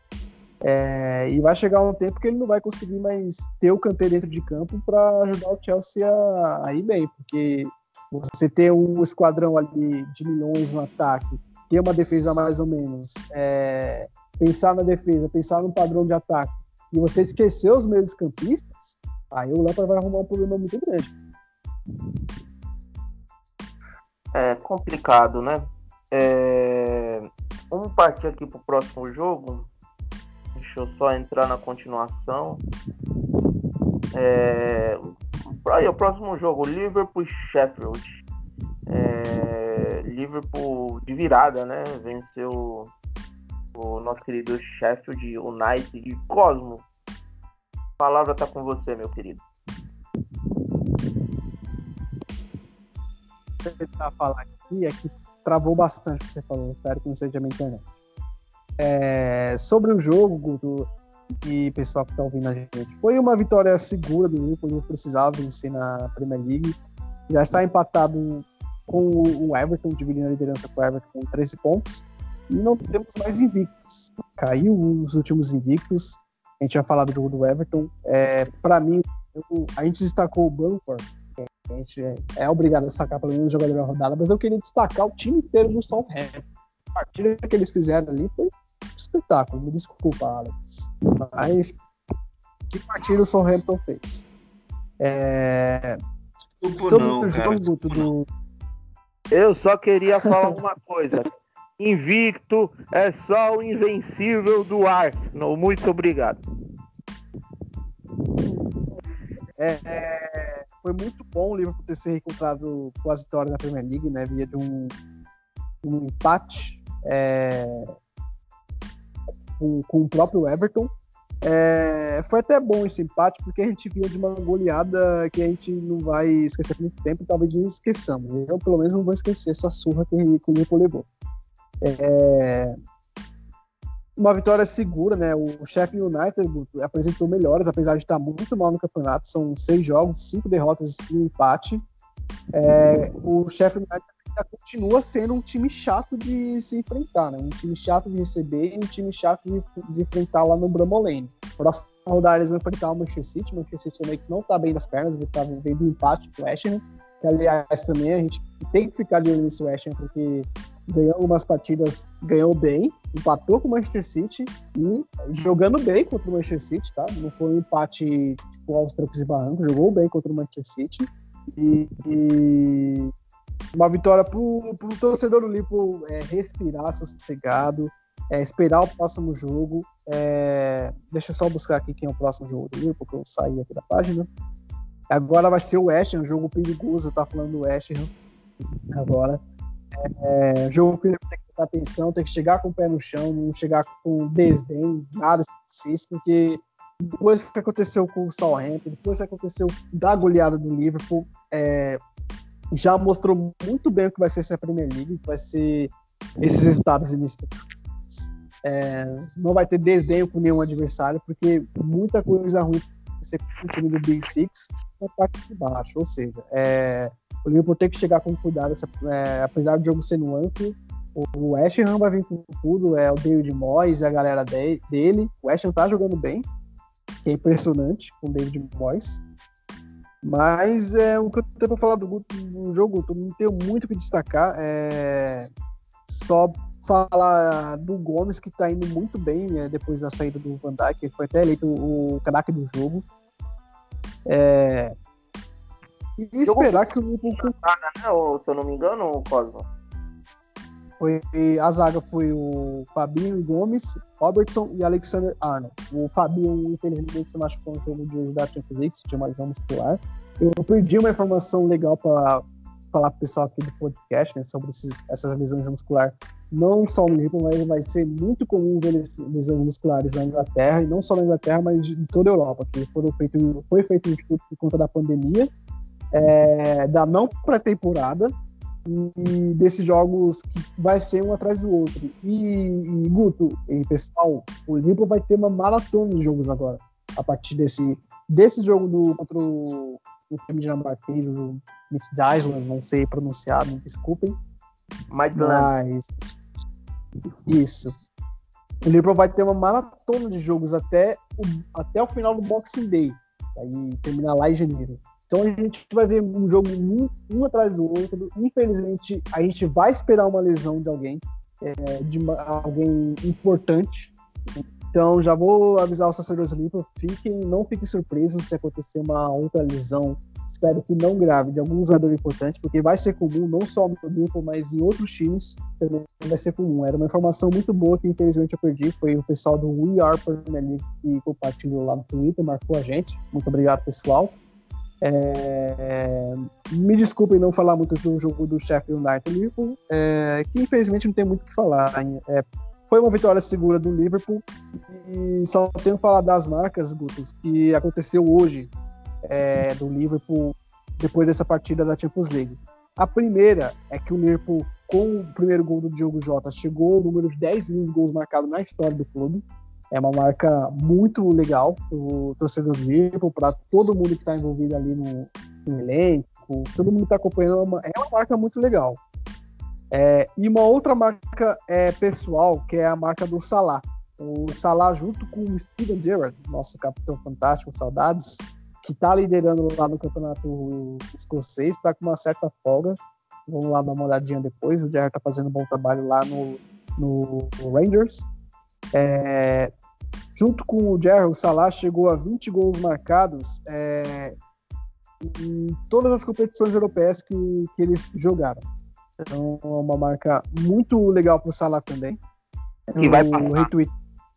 E vai chegar um tempo que ele não vai conseguir mais ter o Kanté dentro de campo para ajudar o Chelsea a ir bem, porque você ter um esquadrão ali de milhões no ataque, ter uma defesa mais ou menos, pensar na defesa, pensar no padrão de ataque, e você esquecer os meios campistas, aí o Lampard vai arrumar um problema muito grande. É complicado, né? Vamos partir aqui pro próximo jogo. Deixa eu só entrar na continuação. O próximo jogo, Liverpool e Sheffield. Liverpool de virada, né? Venceu o nosso querido Sheffield United. Cosmo, a palavra tá com você, meu querido. tentar falar aqui é que travou bastante o que você falou, espero que não seja a minha internet. Sobre o jogo, Guto, e pessoal que está ouvindo a gente, foi uma vitória segura do Liverpool, não precisava vencer na Premier League, já está empatado com o Everton, dividindo a liderança com o Everton com 13 pontos, e não temos mais invictos, caiu os últimos invictos, a gente vai falar do jogo do Everton, para mim, a gente destacou o Bamford, a gente é obrigado a destacar pelo menos o jogador da rodada, mas eu queria destacar o time inteiro do Southampton. A partida que eles fizeram ali foi um espetáculo, me desculpa, Alex, mas que partida o Southampton fez? Sobre o jogo Eu só queria falar uma coisa. Invicto é só o invencível do Arsenal. Muito obrigado. Foi muito bom o Liverpool ter se reencontrado com a vitória na Premier League, né? Via de um empate com o próprio Everton. Foi até bom esse empate, porque a gente vinha de uma goleada que a gente não vai esquecer por muito tempo e talvez não esqueçamos. Eu, pelo menos, não vou esquecer essa surra que o Liverpool levou. Uma vitória segura, né? O Sheffield United apresentou melhores, apesar de estar muito mal no campeonato. São 6 jogos, 5 derrotas e um empate. O Sheffield United continua sendo um time chato de se enfrentar, né? Um time chato de receber e um time chato de enfrentar lá no Bramall Lane. Próxima rodada eles vão enfrentar o Manchester City também que não tá bem das pernas, ele tá vivendo um empate com o West Ham, que aliás também a gente tem que ficar de olho nesse West Ham, porque ganhou algumas partidas, ganhou bem, empatou com o Manchester City e jogando bem contra o Manchester City, tá? Não foi um empate tipo aos trancos e barrancos, jogou bem contra o Manchester City e uma vitória pro torcedor do Liverpool respirar sossegado, esperar o próximo jogo. Deixa eu só buscar aqui quem é o próximo jogo do Liverpool, porque eu saí aqui da página. Agora vai ser o West Ham, um jogo perigoso, tá falando do West Ham agora. Jogo que ele tem que prestar atenção, tem que chegar com o pé no chão, não chegar com desdém, nada específico, porque depois que aconteceu com o Southampton, depois que aconteceu da goleada do Liverpool, já mostrou muito bem o que vai ser essa Premier League, que vai ser esses resultados iniciais. Não vai ter desdenho com nenhum adversário, porque muita coisa ruim vai ser com o time do Big Six na parte de baixo, ou seja, o Liverpool tem que chegar com cuidado, apesar do jogo ser no Anfield, o West Ham vai vir com tudo, o David Moyes e a galera dele, o West Ham tá jogando bem, que é impressionante com o David Moyes, mas o que eu tenho pra falar do jogo, eu não tenho muito o que destacar, só falar do Gomes, que tá indo muito bem depois da saída do Van Dijk, ele foi até eleito o craque do jogo. E esperar que o Liverpool... Se eu não me engano, Cosmo. A zaga foi o Fabinho Gomes, Robertson e Alexander-Arnold. O Fabinho, infelizmente, se machucou no jogo de hoje da Champions League, tinha uma lesão muscular. Eu perdi uma informação legal para falar pro pessoal aqui do podcast, né, sobre essas lesões musculares. Não só no Liverpool, mas vai ser muito comum ver lesões musculares na Inglaterra, e não só na Inglaterra, mas em toda a Europa, que foi feito um estudo por conta da pandemia, da não pré-temporada, e desses jogos que vai ser um atrás do outro. E Guto, e pessoal, o Liverpool vai ter uma maratona de jogos agora, a partir desse jogo contra o time dinamarquês, o Midtjylland, não sei pronunciar, me desculpem. Mas isso. O Liverpool vai ter uma maratona de jogos até o final do Boxing Day, aí terminar lá em janeiro. Então a gente vai ver um jogo um atrás do outro. Infelizmente, a gente vai esperar uma lesão de alguém, alguém importante. Então já vou avisar os torcedores do Liverpool, não fiquem surpresos se acontecer uma outra lesão. Espero que não grave, de algum jogador importante, porque vai ser comum, não só no Liverpool, mas em outros times também vai ser comum. Era uma informação muito boa que infelizmente eu perdi, foi o pessoal do We Are Premier League que compartilhou lá no Twitter, marcou a gente. Muito obrigado, pessoal. Me desculpem não falar muito do jogo do Sheffield United e Liverpool, que infelizmente não tem muito o que falar. Foi uma vitória segura do Liverpool, e só tenho que falar das marcas, Gutos, que aconteceu hoje do Liverpool depois dessa partida da Champions League. A primeira é que o Liverpool, com o primeiro gol do Diogo Jota, chegou ao número de 10 mil gols marcados na história do clube. É uma marca muito legal para o torcedor do Liverpool, para todo mundo que está envolvido ali no elenco, todo mundo que está acompanhando. É uma marca muito legal. E uma outra marca pessoal, que é a marca do Salah. O Salah, junto com o Steven Gerrard, nosso capitão fantástico, saudades, que está liderando lá no campeonato escocês, está com uma certa folga. Vamos lá dar uma olhadinha depois. O Gerrard está fazendo um bom trabalho lá no Rangers. Junto com o Gerrard, o Salah chegou a 20 gols marcados em todas as competições europeias que eles jogaram. Então é uma marca muito legal para o Salah também. E vai passar.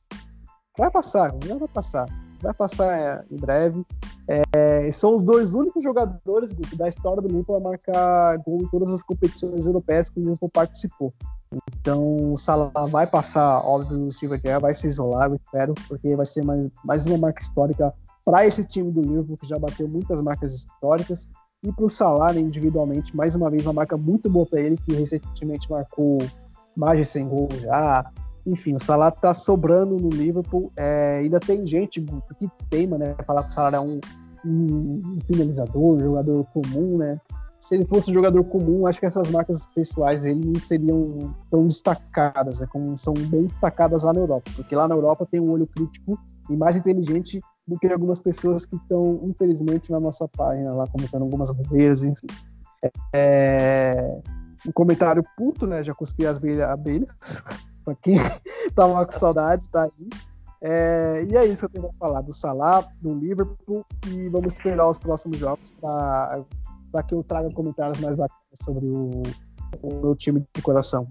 Vai passar em breve. São os dois únicos jogadores da história do Liverpool a marcar gol em todas as competições europeias que o Liverpool participou. Então o Salah vai passar, óbvio, o Steven Gerrard vai se isolar, eu espero, porque vai ser mais uma marca histórica para esse time do Liverpool, que já bateu muitas marcas históricas, e para o Salah, né, individualmente, mais uma vez uma marca muito boa para ele, que recentemente marcou mais de 100 gols já. Enfim, o Salah tá sobrando no Liverpool. Ainda tem gente que teima, né, falar que o Salah é um finalizador, um jogador comum, né? Se ele fosse um jogador comum, acho que essas marcas pessoais dele não seriam tão destacadas, né, como são bem destacadas lá na Europa, porque lá na Europa tem um olho crítico e mais inteligente do que algumas pessoas que estão, infelizmente, na nossa página, lá comentando algumas bobeiras, enfim. Um comentário puto, né, já cuspi as abelhas, pra quem tava com saudade, tá aí. E é isso que eu tenho pra falar do Salah, do Liverpool, e vamos esperar os próximos jogos para que eu traga comentários mais bacanas sobre o meu time de coração.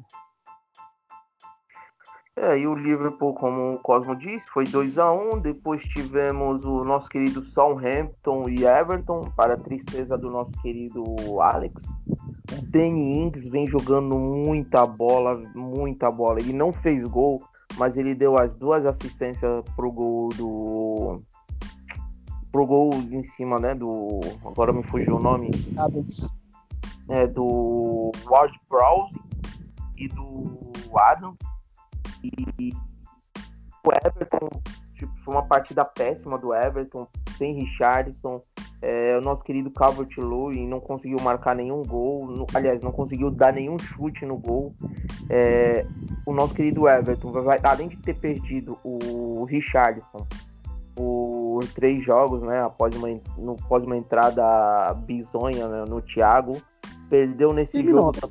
E o Liverpool, como o Cosmo disse, foi 2-1. Depois tivemos o nosso querido Southampton e Everton, para a tristeza do nosso querido Alex. O Danny Ings vem jogando muita bola. Ele não fez gol, mas ele deu as 2 assistências pro gol em cima, né, agora me fugiu o nome, do Ward-Prowse e do Adams. E o Everton, foi uma partida péssima do Everton, sem Richarlison. O nosso querido Calvert-Lewin não conseguiu marcar nenhum gol, não conseguiu dar nenhum chute no gol. O nosso querido Everton, além de ter perdido o Richarlison por 3 jogos, né, após uma entrada bizonha, né, no Thiago, perdeu nesse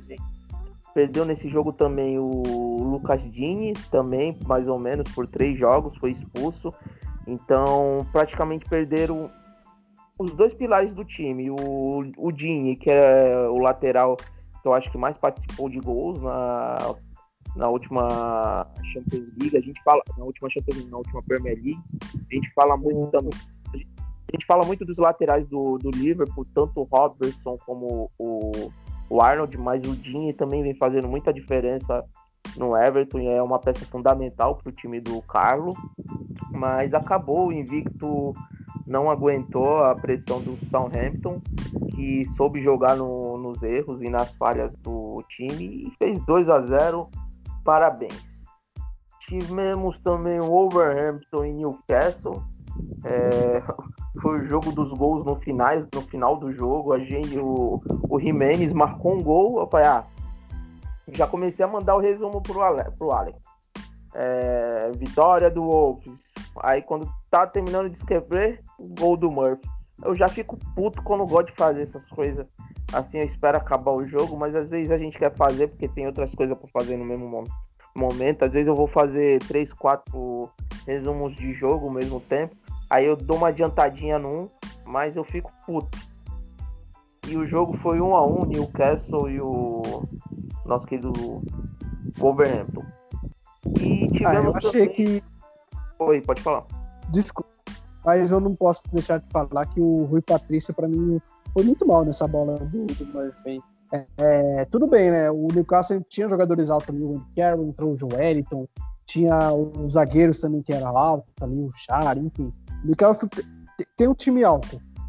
jogo também o Lucas Digne, também mais ou menos por 3 jogos, foi expulso. Então praticamente perderam os 2 pilares do time. O Digne, que é o lateral que eu acho que mais participou de gols na última Champions League, na última Premier League. A gente fala muito também. A gente fala muito dos laterais do Liverpool, tanto o Robertson como o Arnold, mas o Digne também vem fazendo muita diferença no Everton e é uma peça fundamental para o time do Carlo. Mas acabou, o invicto não aguentou a pressão do Southampton, que soube jogar nos erros e nas falhas do time e fez 2-0. Parabéns. Tivemos também o Wolverhampton e Newcastle. Foi o jogo dos gols no final do jogo. O Jimenez marcou um gol. Eu falei, já comecei a mandar o resumo pro Alex. Vitória do Wolves. Aí quando tá terminando de escrever, gol do Murphy. Eu já fico puto quando gosto de fazer essas coisas. Assim, eu espero acabar o jogo, mas às vezes a gente quer fazer porque tem outras coisas pra fazer no mesmo momento. Às vezes eu vou fazer 3, 4 resumos de jogo ao mesmo tempo. Aí eu dou uma adiantadinha num, mas eu fico puto. E o jogo foi 1-1, Newcastle e o nosso querido Wolverhampton. E tivemos eu achei que... Oi, pode falar. Desculpa, mas eu não posso deixar de falar que o Rui Patrício, pra mim, foi muito mal nessa bola do Murphy. Tudo bem, né? O Newcastle tinha jogadores altos ali, o Andy Carroll, entrou o Joelinton, tinha os zagueiros também que era alto ali, o Char, enfim. O Newcastle tem um time alto,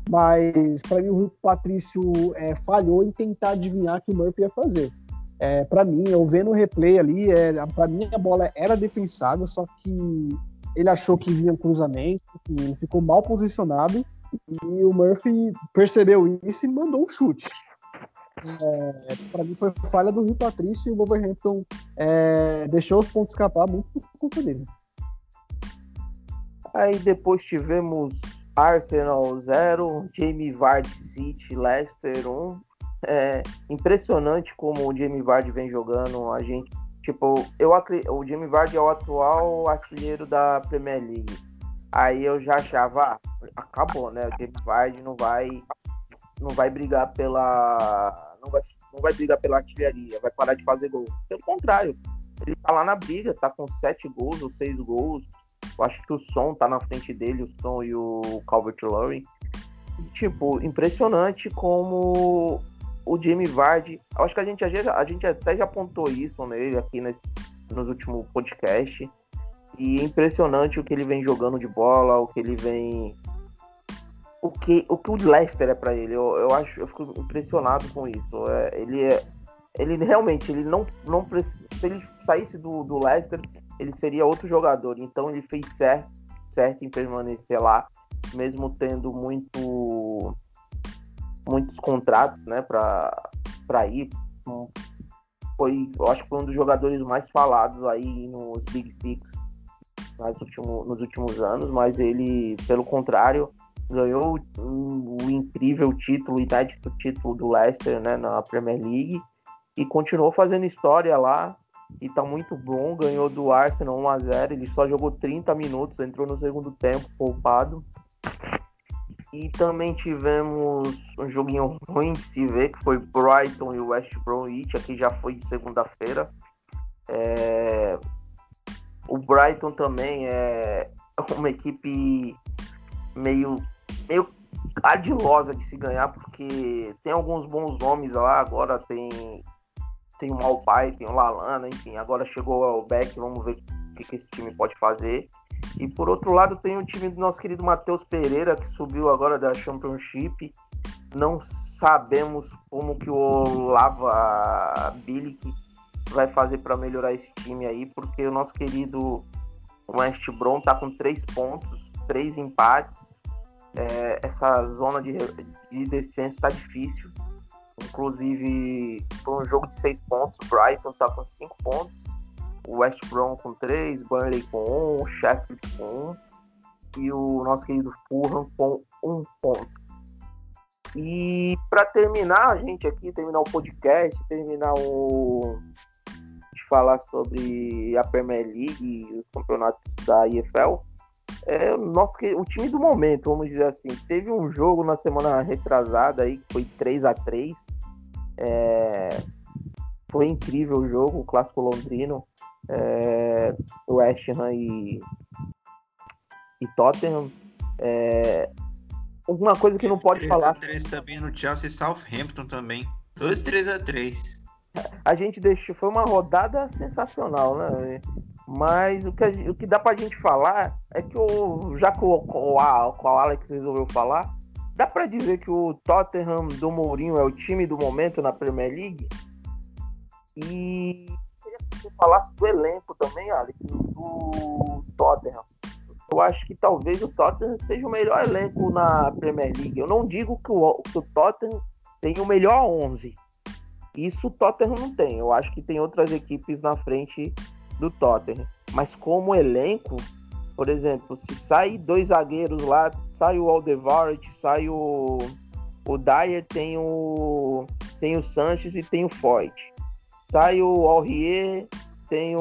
mas para mim o Rui Patrício falhou em tentar adivinhar o que o Murphy ia fazer. Para mim, eu vendo o replay ali, para mim a bola era defensável, só que ele achou que vinha um cruzamento, que ele ficou mal posicionado, e o Murphy percebeu isso e mandou um chute. Para mim foi falha do Rui Patrício, e o Wolverhampton deixou os pontos escapar muito por conta dele. Aí depois tivemos Arsenal 0, Jamie Vardy City, Leicester 1. Impressionante como o Jamie Vardy vem jogando. A gente, o Jamie Vardy é o atual artilheiro da Premier League. Aí eu já achava, acabou, né? O Jamie Vardy não vai brigar não vai brigar pela artilharia, vai parar de fazer gol. Pelo contrário, ele tá lá na briga, tá com 7 gols ou 6 gols. Eu acho que o Son tá na frente dele, o Son e o Calvert-Lewin. Impressionante como o Jamie Vardy, eu acho que a gente até já apontou isso nele aqui nos últimos podcasts, e é impressionante o que ele vem jogando de bola, o que o Leicester é para ele. Eu fico impressionado com isso. Ele realmente, ele não se ele saísse do Leicester, ele seria outro jogador. Então ele fez certo em permanecer lá, mesmo tendo muitos contratos, né, para ir. Eu acho que foi um dos jogadores mais falados aí nos Big Six nos últimos anos, mas ele, pelo contrário, ganhou o incrível título, o inédito título do Leicester, né, na Premier League, e continuou fazendo história lá, e tá muito bom. Ganhou do Arsenal 1-0, ele só jogou 30 minutos, entrou no segundo tempo, poupado. E também tivemos um joguinho ruim de se ver, que foi Brighton e West Bromwich, aqui já foi de segunda-feira. O Brighton também é uma equipe meio ardilosa de se ganhar, porque tem alguns bons nomes lá. Agora tem o Maupay, tem o Lallana, enfim, agora chegou o Beck, vamos ver o que esse time pode fazer. E por outro lado tem o time do nosso querido Matheus Pereira, que subiu agora da Championship. Não sabemos como que o Lava Bilic vai fazer para melhorar esse time aí, porque o nosso querido West Brom tá com 3 pontos, 3 empates. Essa zona de descenso tá difícil. Inclusive, foi um jogo de 6 pontos. O Brighton tá com 5 pontos, o West Brom com 3, Burnley com 1, o Sheffield com 1 e o nosso querido Fulham com 1 ponto. E para terminar, terminar o podcast, de falar sobre a Premier League e os campeonatos da EFL, o time do momento, vamos dizer assim. Teve um jogo na semana retrasada aí, que foi 3-3. Foi incrível o jogo, o clássico londrino, West Ham e Tottenham. Uma coisa que não pode falar. 3-3 também no Chelsea e Southampton também. 2-3-3. A gente foi uma rodada sensacional, né? Mas o que dá pra gente falar é que já que o Alex resolveu falar, dá pra dizer que o Tottenham do Mourinho é o time do momento na Premier League. E queria que você falasse do elenco também, Alex, do Tottenham. Eu acho que talvez o Tottenham seja o melhor elenco na Premier League. Eu não digo que o Tottenham tem o melhor 11. Isso o Tottenham não tem. Eu acho que tem outras equipes na frente do Tottenham. Mas como elenco, por exemplo, se sai 2 zagueiros lá, sai o Alderweireld, sai o Dyer, tem o Sanches e tem o Foyt. Sai o Aurier, tem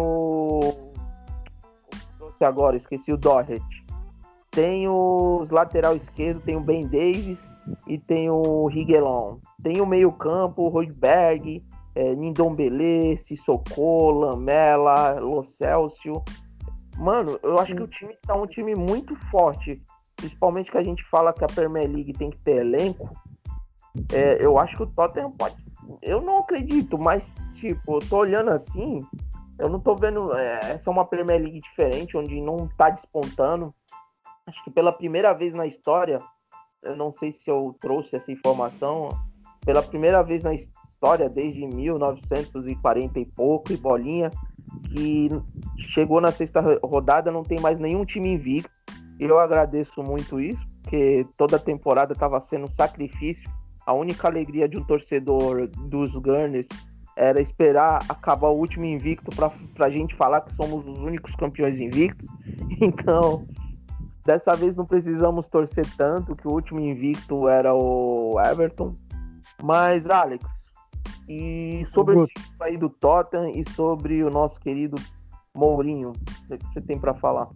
agora esqueci o Doherty. Tem os lateral esquerdo, tem o Ben Davies e tem o Reguilon. Tem o meio campo, o Højbjerg, Ndombele, Sissoko, Lamela, Lo Celso. Mano, eu acho que o time tá um time muito forte. Principalmente que a gente fala que a Premier League tem que ter elenco. Eu acho que o Tottenham pode... Eu não acredito, mas tipo, eu tô olhando assim, eu não tô vendo... Essa é uma Premier League diferente, onde não tá despontando. Acho que pela primeira vez na história, eu não sei se eu trouxe essa informação, pela primeira vez na história, desde 1940 e pouco, e bolinha, que chegou na sexta rodada, não tem mais nenhum time invicto. E eu agradeço muito isso, porque toda a temporada estava sendo um sacrifício. A única alegria de um torcedor dos Gunners era esperar acabar o último invicto para a gente falar que somos os únicos campeões invictos. Então, dessa vez não precisamos torcer tanto, que o último invicto era o Everton. Mas, Alex, e sobre esse time aí do Tottenham e sobre o nosso querido Mourinho, o que você tem para falar?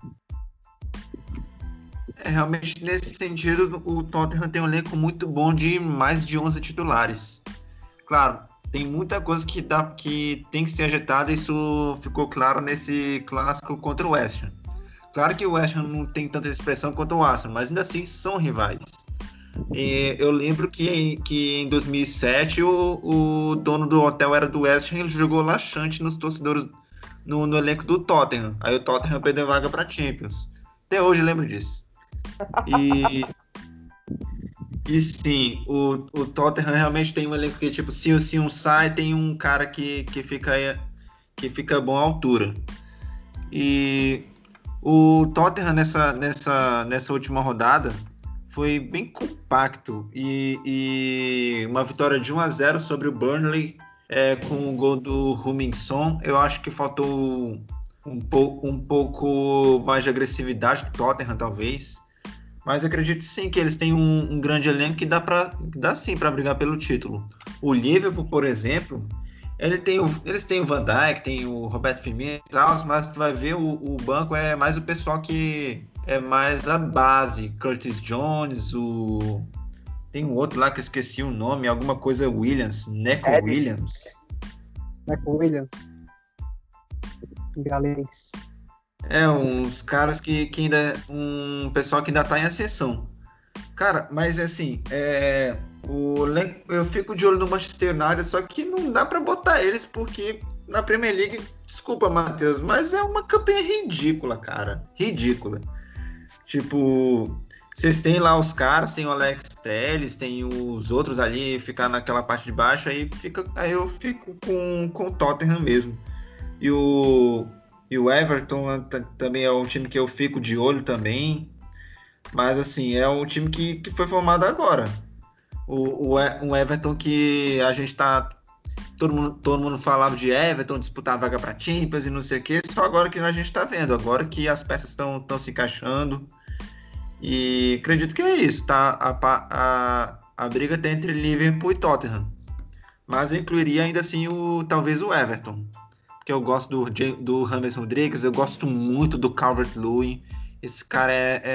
Realmente, nesse sentido, o Tottenham tem um elenco muito bom de mais de 11 titulares. Claro, tem muita coisa que tem que ser ajeitada, isso ficou claro nesse clássico contra o West Ham. Claro que o West Ham não tem tanta expressão quanto o Arsenal, mas ainda assim são rivais. Eu lembro que em 2007 o dono do hotel era do West Ham, ele jogou laxante nos torcedores no elenco do Tottenham. Aí o Tottenham perdeu vaga para Champions. Até hoje eu lembro disso. E sim, o Tottenham realmente tem um elenco que, tipo, se um sai, tem um cara que fica bom à altura. E o Tottenham nessa última rodada foi bem compacto e uma vitória de 1-0 sobre o Burnley, com o gol do Heung-min-Son. Eu acho que faltou um pouco mais de agressividade do Tottenham, talvez. Mas eu acredito sim que eles têm um grande elenco que dá sim para brigar pelo título. O Liverpool, por exemplo, eles têm o Van Dijk, tem o Roberto Firmino e tal, mas tu vai ver o banco é mais o pessoal que é mais a base. Curtis Jones, tem um outro lá que eu esqueci o nome, alguma coisa Williams, Neco Williams. Galês. Uns caras que ainda... Um pessoal que ainda tá em ascensão. Cara, mas assim, eu fico de olho no Manchester United, só que não dá pra botar eles, porque na Premier League, desculpa, Matheus, mas é uma campanha ridícula, cara. Ridícula. Tipo, vocês têm lá os caras, tem o Alex Telles, tem os outros ali, ficar naquela parte de baixo, aí eu fico com o Tottenham mesmo. E o Everton também é um time que eu fico de olho também. Mas assim, é um time que foi formado agora. Um Everton que a gente tá... Todo mundo falava de Everton, disputar a vaga para Champions e não sei o que. Só agora que a gente tá vendo. Agora que as peças estão se encaixando. E acredito que é isso, tá? A briga tá entre Liverpool e Tottenham. Mas eu incluiria ainda assim talvez o Everton. Porque eu gosto do James Rodrigues, eu gosto muito do Calvert-Lewin. Esse cara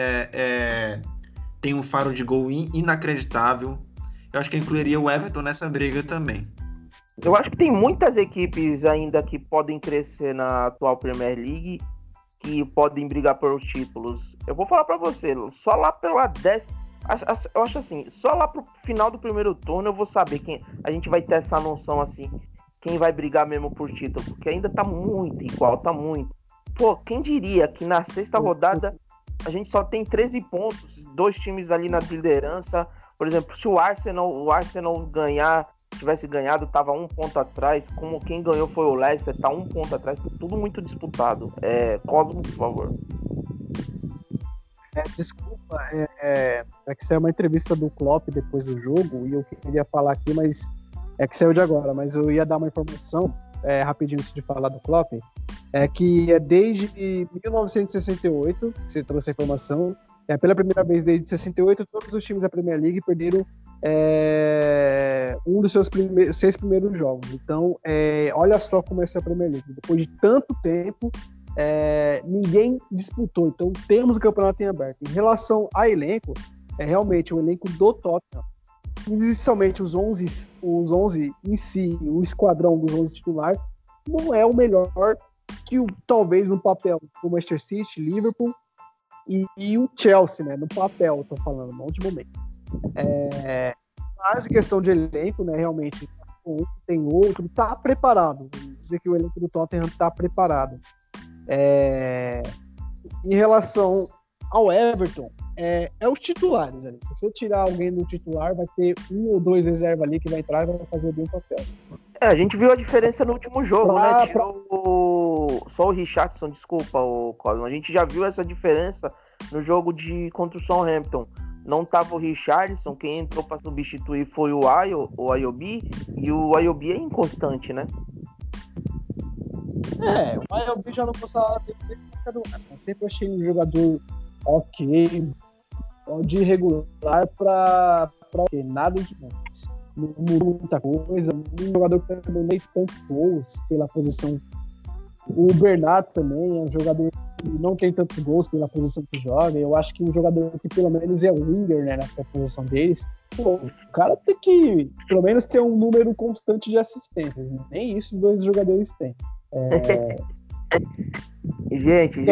tem um faro de gol inacreditável. Eu acho que eu incluiria o Everton nessa briga também. Eu acho que tem muitas equipes ainda que podem crescer na atual Premier League, que podem brigar pelos títulos. Eu vou falar pra você, só lá pela 10... Eu acho assim, só lá pro final do primeiro turno eu vou saber quem... A gente vai ter essa noção assim... Quem vai brigar mesmo por título, porque ainda tá muito igual, tá muito. Pô, quem diria que na sexta rodada a gente só tem 13 pontos, 2 times ali na liderança. Por exemplo, se o Arsenal tivesse ganhado, tava 1 ponto atrás, como quem ganhou foi o Leicester, tá 1 ponto atrás, tudo muito disputado. Cosmo, por favor. Desculpa, que saiu uma entrevista do Klopp depois do jogo, e eu queria falar aqui, mas que saiu de agora, mas eu ia dar uma informação rapidinho antes de falar do Klopp, que desde 1968, você trouxe a informação, pela primeira vez desde 68, todos os times da Premier League perderam um dos seus 6 primeiros jogos. Então, olha só como é essa Premier League. Depois de tanto tempo, ninguém disputou. Então, temos o campeonato em aberto. Em relação a elenco, realmente o elenco do Tottenham, inicialmente os 11 em si, o esquadrão dos 11 titulares, não é o melhor que talvez no papel o Manchester City, Liverpool e o Chelsea, né? No papel, tô falando, não de momento. Mas em questão de elenco, né? Realmente, um tem outro, tá preparado. Vou dizer que o elenco do Tottenham tá preparado. Em relação ao Everton, é os titulares ali. Se você tirar alguém do titular, vai ter um ou dois reservas ali que vai entrar e vai fazer bem o papel. A gente viu a diferença no último jogo, né? Só o Richardson, desculpa, o Cosmo. A gente já viu essa diferença no jogo contra o Southampton. Não tava o Richardson, quem entrou para substituir foi o Ayobi, e o Ayobi é inconstante, né? O Ayobi já não gostava dele desde a sempre achei um jogador ok, de irregular pra nada demais. Não mudou muita coisa. Um jogador que também nem tantos gols pela posição. O Bernardo também é um jogador que não tem tantos gols pela posição que joga. Eu acho que um jogador que pelo menos é o winger, né, na posição deles. Pô, o cara tem que pelo menos ter um número constante de assistências. Nem isso os dois jogadores têm. Gente,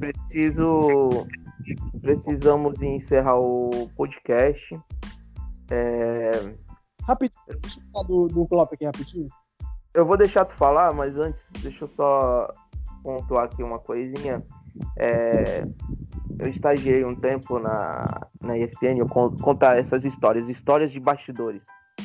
precisamos encerrar o podcast. Rapidinho, deixa eu falar do Klopp aqui rapidinho. Eu vou deixar tu falar, mas antes, deixa eu só pontuar aqui uma coisinha. Eu estagiei um tempo na ESPN, eu contar essas histórias de bastidores.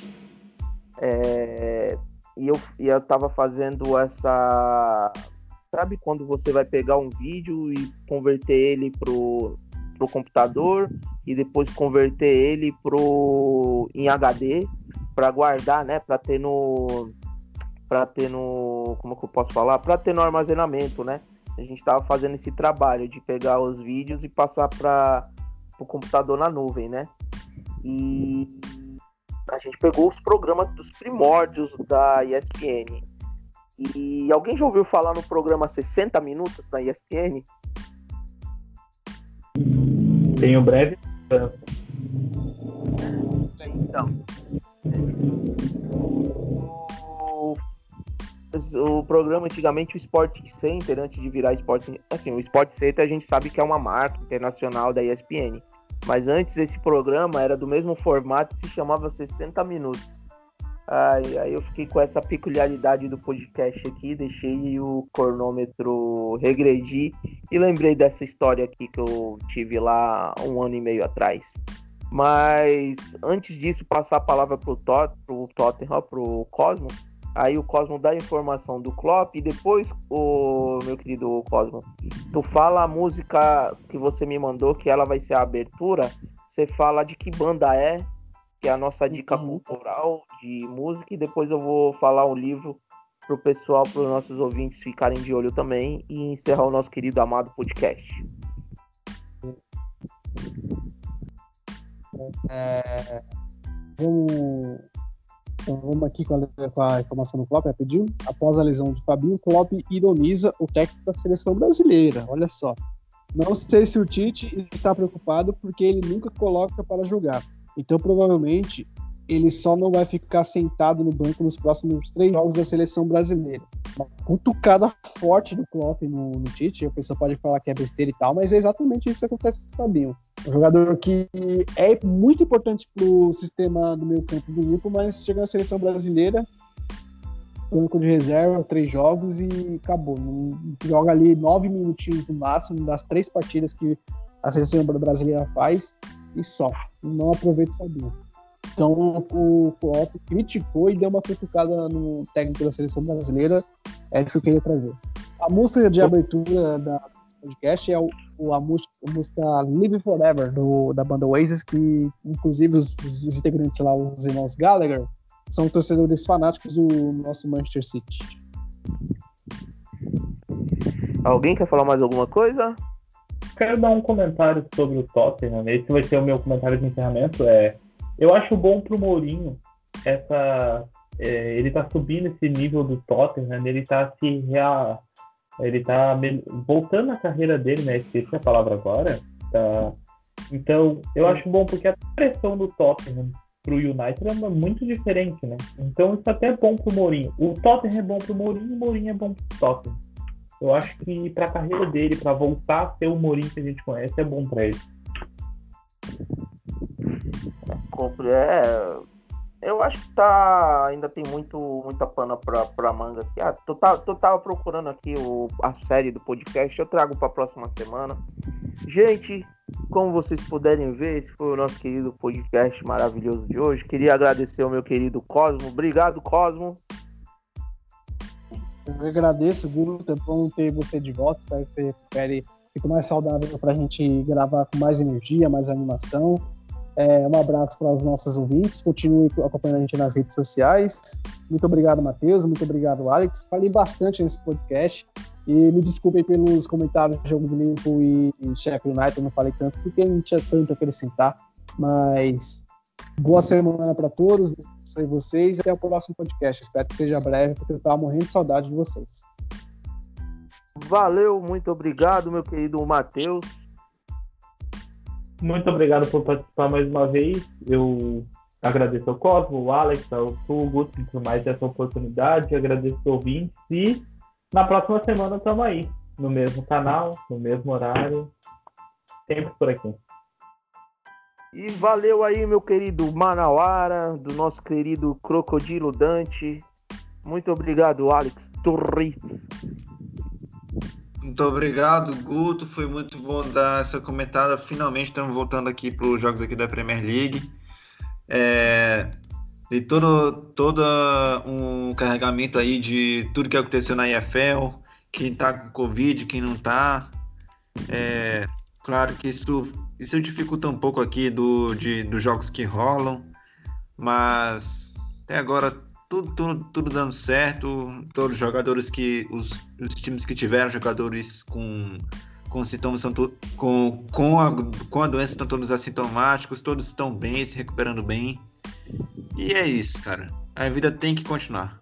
E eu tava fazendo essa... Sabe quando você vai pegar um vídeo e converter ele pro computador e depois converter ele em HD para guardar, né? Para ter no... Como que eu posso falar? Para ter no armazenamento, né? A gente tava fazendo esse trabalho de pegar os vídeos e passar para o computador na nuvem, né? E a gente pegou os programas dos primórdios da ESPN. E alguém já ouviu falar no programa 60 Minutos na ESPN? Tenho breve. Então, o programa antigamente, o Sport Center, antes de virar Sport, assim, o Sport Center a gente sabe que é uma marca internacional da ESPN, mas antes esse programa era do mesmo formato e se chamava 60 Minutos. Aí eu fiquei com essa peculiaridade do podcast aqui, deixei o cronômetro regredir e lembrei dessa história aqui que eu tive lá 1 ano e meio atrás. Mas antes disso, passar a palavra pro Tottenham, pro Cosmo. Aí o Cosmo dá a informação do Klopp e depois, o meu querido Cosmo, tu fala a música que você me mandou, que ela vai ser a abertura. Você fala de que banda é, que é a nossa dica cultural de música, e depois eu vou falar um livro pro pessoal, pros nossos ouvintes ficarem de olho também, e encerrar o nosso querido amado podcast. Vamos aqui com a informação do Klopp, rapidinho. Após a lesão de Fabinho, Klopp ironiza o técnico da seleção brasileira. Olha só. Não sei se o Tite está preocupado porque ele nunca coloca para jogar. Então, provavelmente, ele só não vai ficar sentado no banco nos próximos 3 jogos da seleção brasileira. Uma cutucada forte do Klopp no Tite. A pessoa pode falar que é besteira e tal, mas é exatamente isso que acontece com o Fabinho. Um jogador que é muito importante para o sistema do meio campo do grupo, mas chega na seleção brasileira, banco de reserva, 3 jogos e acabou. Joga ali 9 minutinhos no máximo das 3 partidas que a seleção brasileira faz e só. Não aproveita o Fabinho. Então o Klopp criticou e deu uma cutucada no técnico da seleção brasileira. É isso que eu queria trazer. A música de abertura da podcast é a música Live Forever da banda Oasis, que inclusive os integrantes lá, os irmãos Gallagher, são torcedores fanáticos do nosso Manchester City. Alguém quer falar mais alguma coisa? Quero dar um comentário sobre o Tottenham. Esse vai ser o meu comentário de encerramento. Eu acho bom pro Mourinho ele tá subindo esse nível do Tottenham, ele tá voltando a carreira dele, né? Esqueci a palavra agora. Tá? Então, eu acho bom porque a pressão do Tottenham pro United é muito diferente, né? Então, isso até é bom pro Mourinho. O Tottenham é bom pro Mourinho, o Mourinho é bom pro Tottenham. Eu acho que pra carreira dele, pra voltar a ser o Mourinho que a gente conhece, é bom pra ele. Eu acho que ainda tem muita pana pra manga aqui. Tu tava procurando aqui a série do podcast, eu trago pra próxima semana. Gente, como vocês puderem ver, esse foi o nosso querido podcast maravilhoso de hoje. Queria agradecer ao meu querido Cosmo. Obrigado, Cosmo. Eu agradeço, Guto. É bom ter você de volta. Espero que você recupere, fique mais saudável para a gente gravar com mais energia, mais animação. Um abraço para os nossos ouvintes. Continue acompanhando a gente nas redes sociais. Muito obrigado, Matheus. Muito obrigado, Alex. Falei bastante nesse podcast. E me desculpem pelos comentários de jogo do Liverpool e Sheffield United. Eu não falei tanto porque não tinha tanto a acrescentar. Mas boa semana para todos. Abençoe vocês e até o próximo podcast. Espero que seja breve, porque eu estava morrendo de saudade de vocês. Valeu, muito obrigado, meu querido Matheus. Muito obrigado por participar mais uma vez. Eu agradeço ao Cosmo, ao Alex, ao Guto por mais essa oportunidade. Agradeço aos ouvintes e na próxima semana estamos aí, no mesmo canal, no mesmo horário, sempre por aqui. E valeu aí, meu querido Manauara, do nosso querido Crocodilo Dante. Muito obrigado, Alex Torres. Muito obrigado, Guto. Foi muito bom dar essa comentada. Finalmente estamos voltando aqui para os jogos aqui da Premier League. E todo um carregamento aí de tudo que aconteceu na EFL, quem tá com Covid, quem não tá. Claro que isso dificulta um pouco aqui dos jogos que rolam, mas até agora tudo dando certo. Todos os jogadores os times que tiveram jogadores com sintomas com a doença estão todos assintomáticos, todos estão bem, se recuperando bem. E é isso, cara. A vida tem que continuar.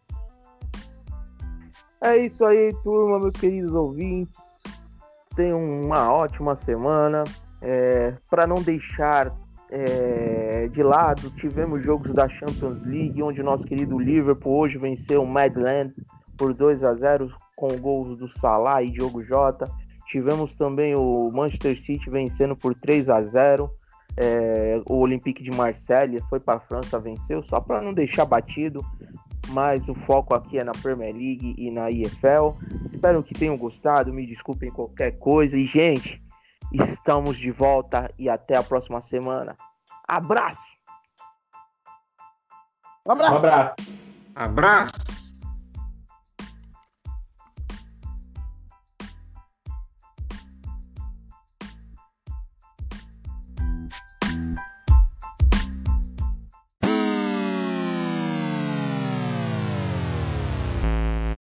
É isso aí, turma, meus queridos ouvintes. Tenham uma ótima semana. Para não deixar de lado, tivemos jogos da Champions League, onde o nosso querido Liverpool hoje venceu o Midland por 2-0 com gols do Salah e Diogo Jota. Tivemos também o Manchester City vencendo por 3-0. O Olympique de Marselha foi para a França, venceu, só para não deixar batido, mas o foco aqui é na Premier League e na EFL. Espero que tenham gostado, me desculpem qualquer coisa. E, gente, estamos de volta e até a próxima semana. Abraço! Um abraço! Abraço!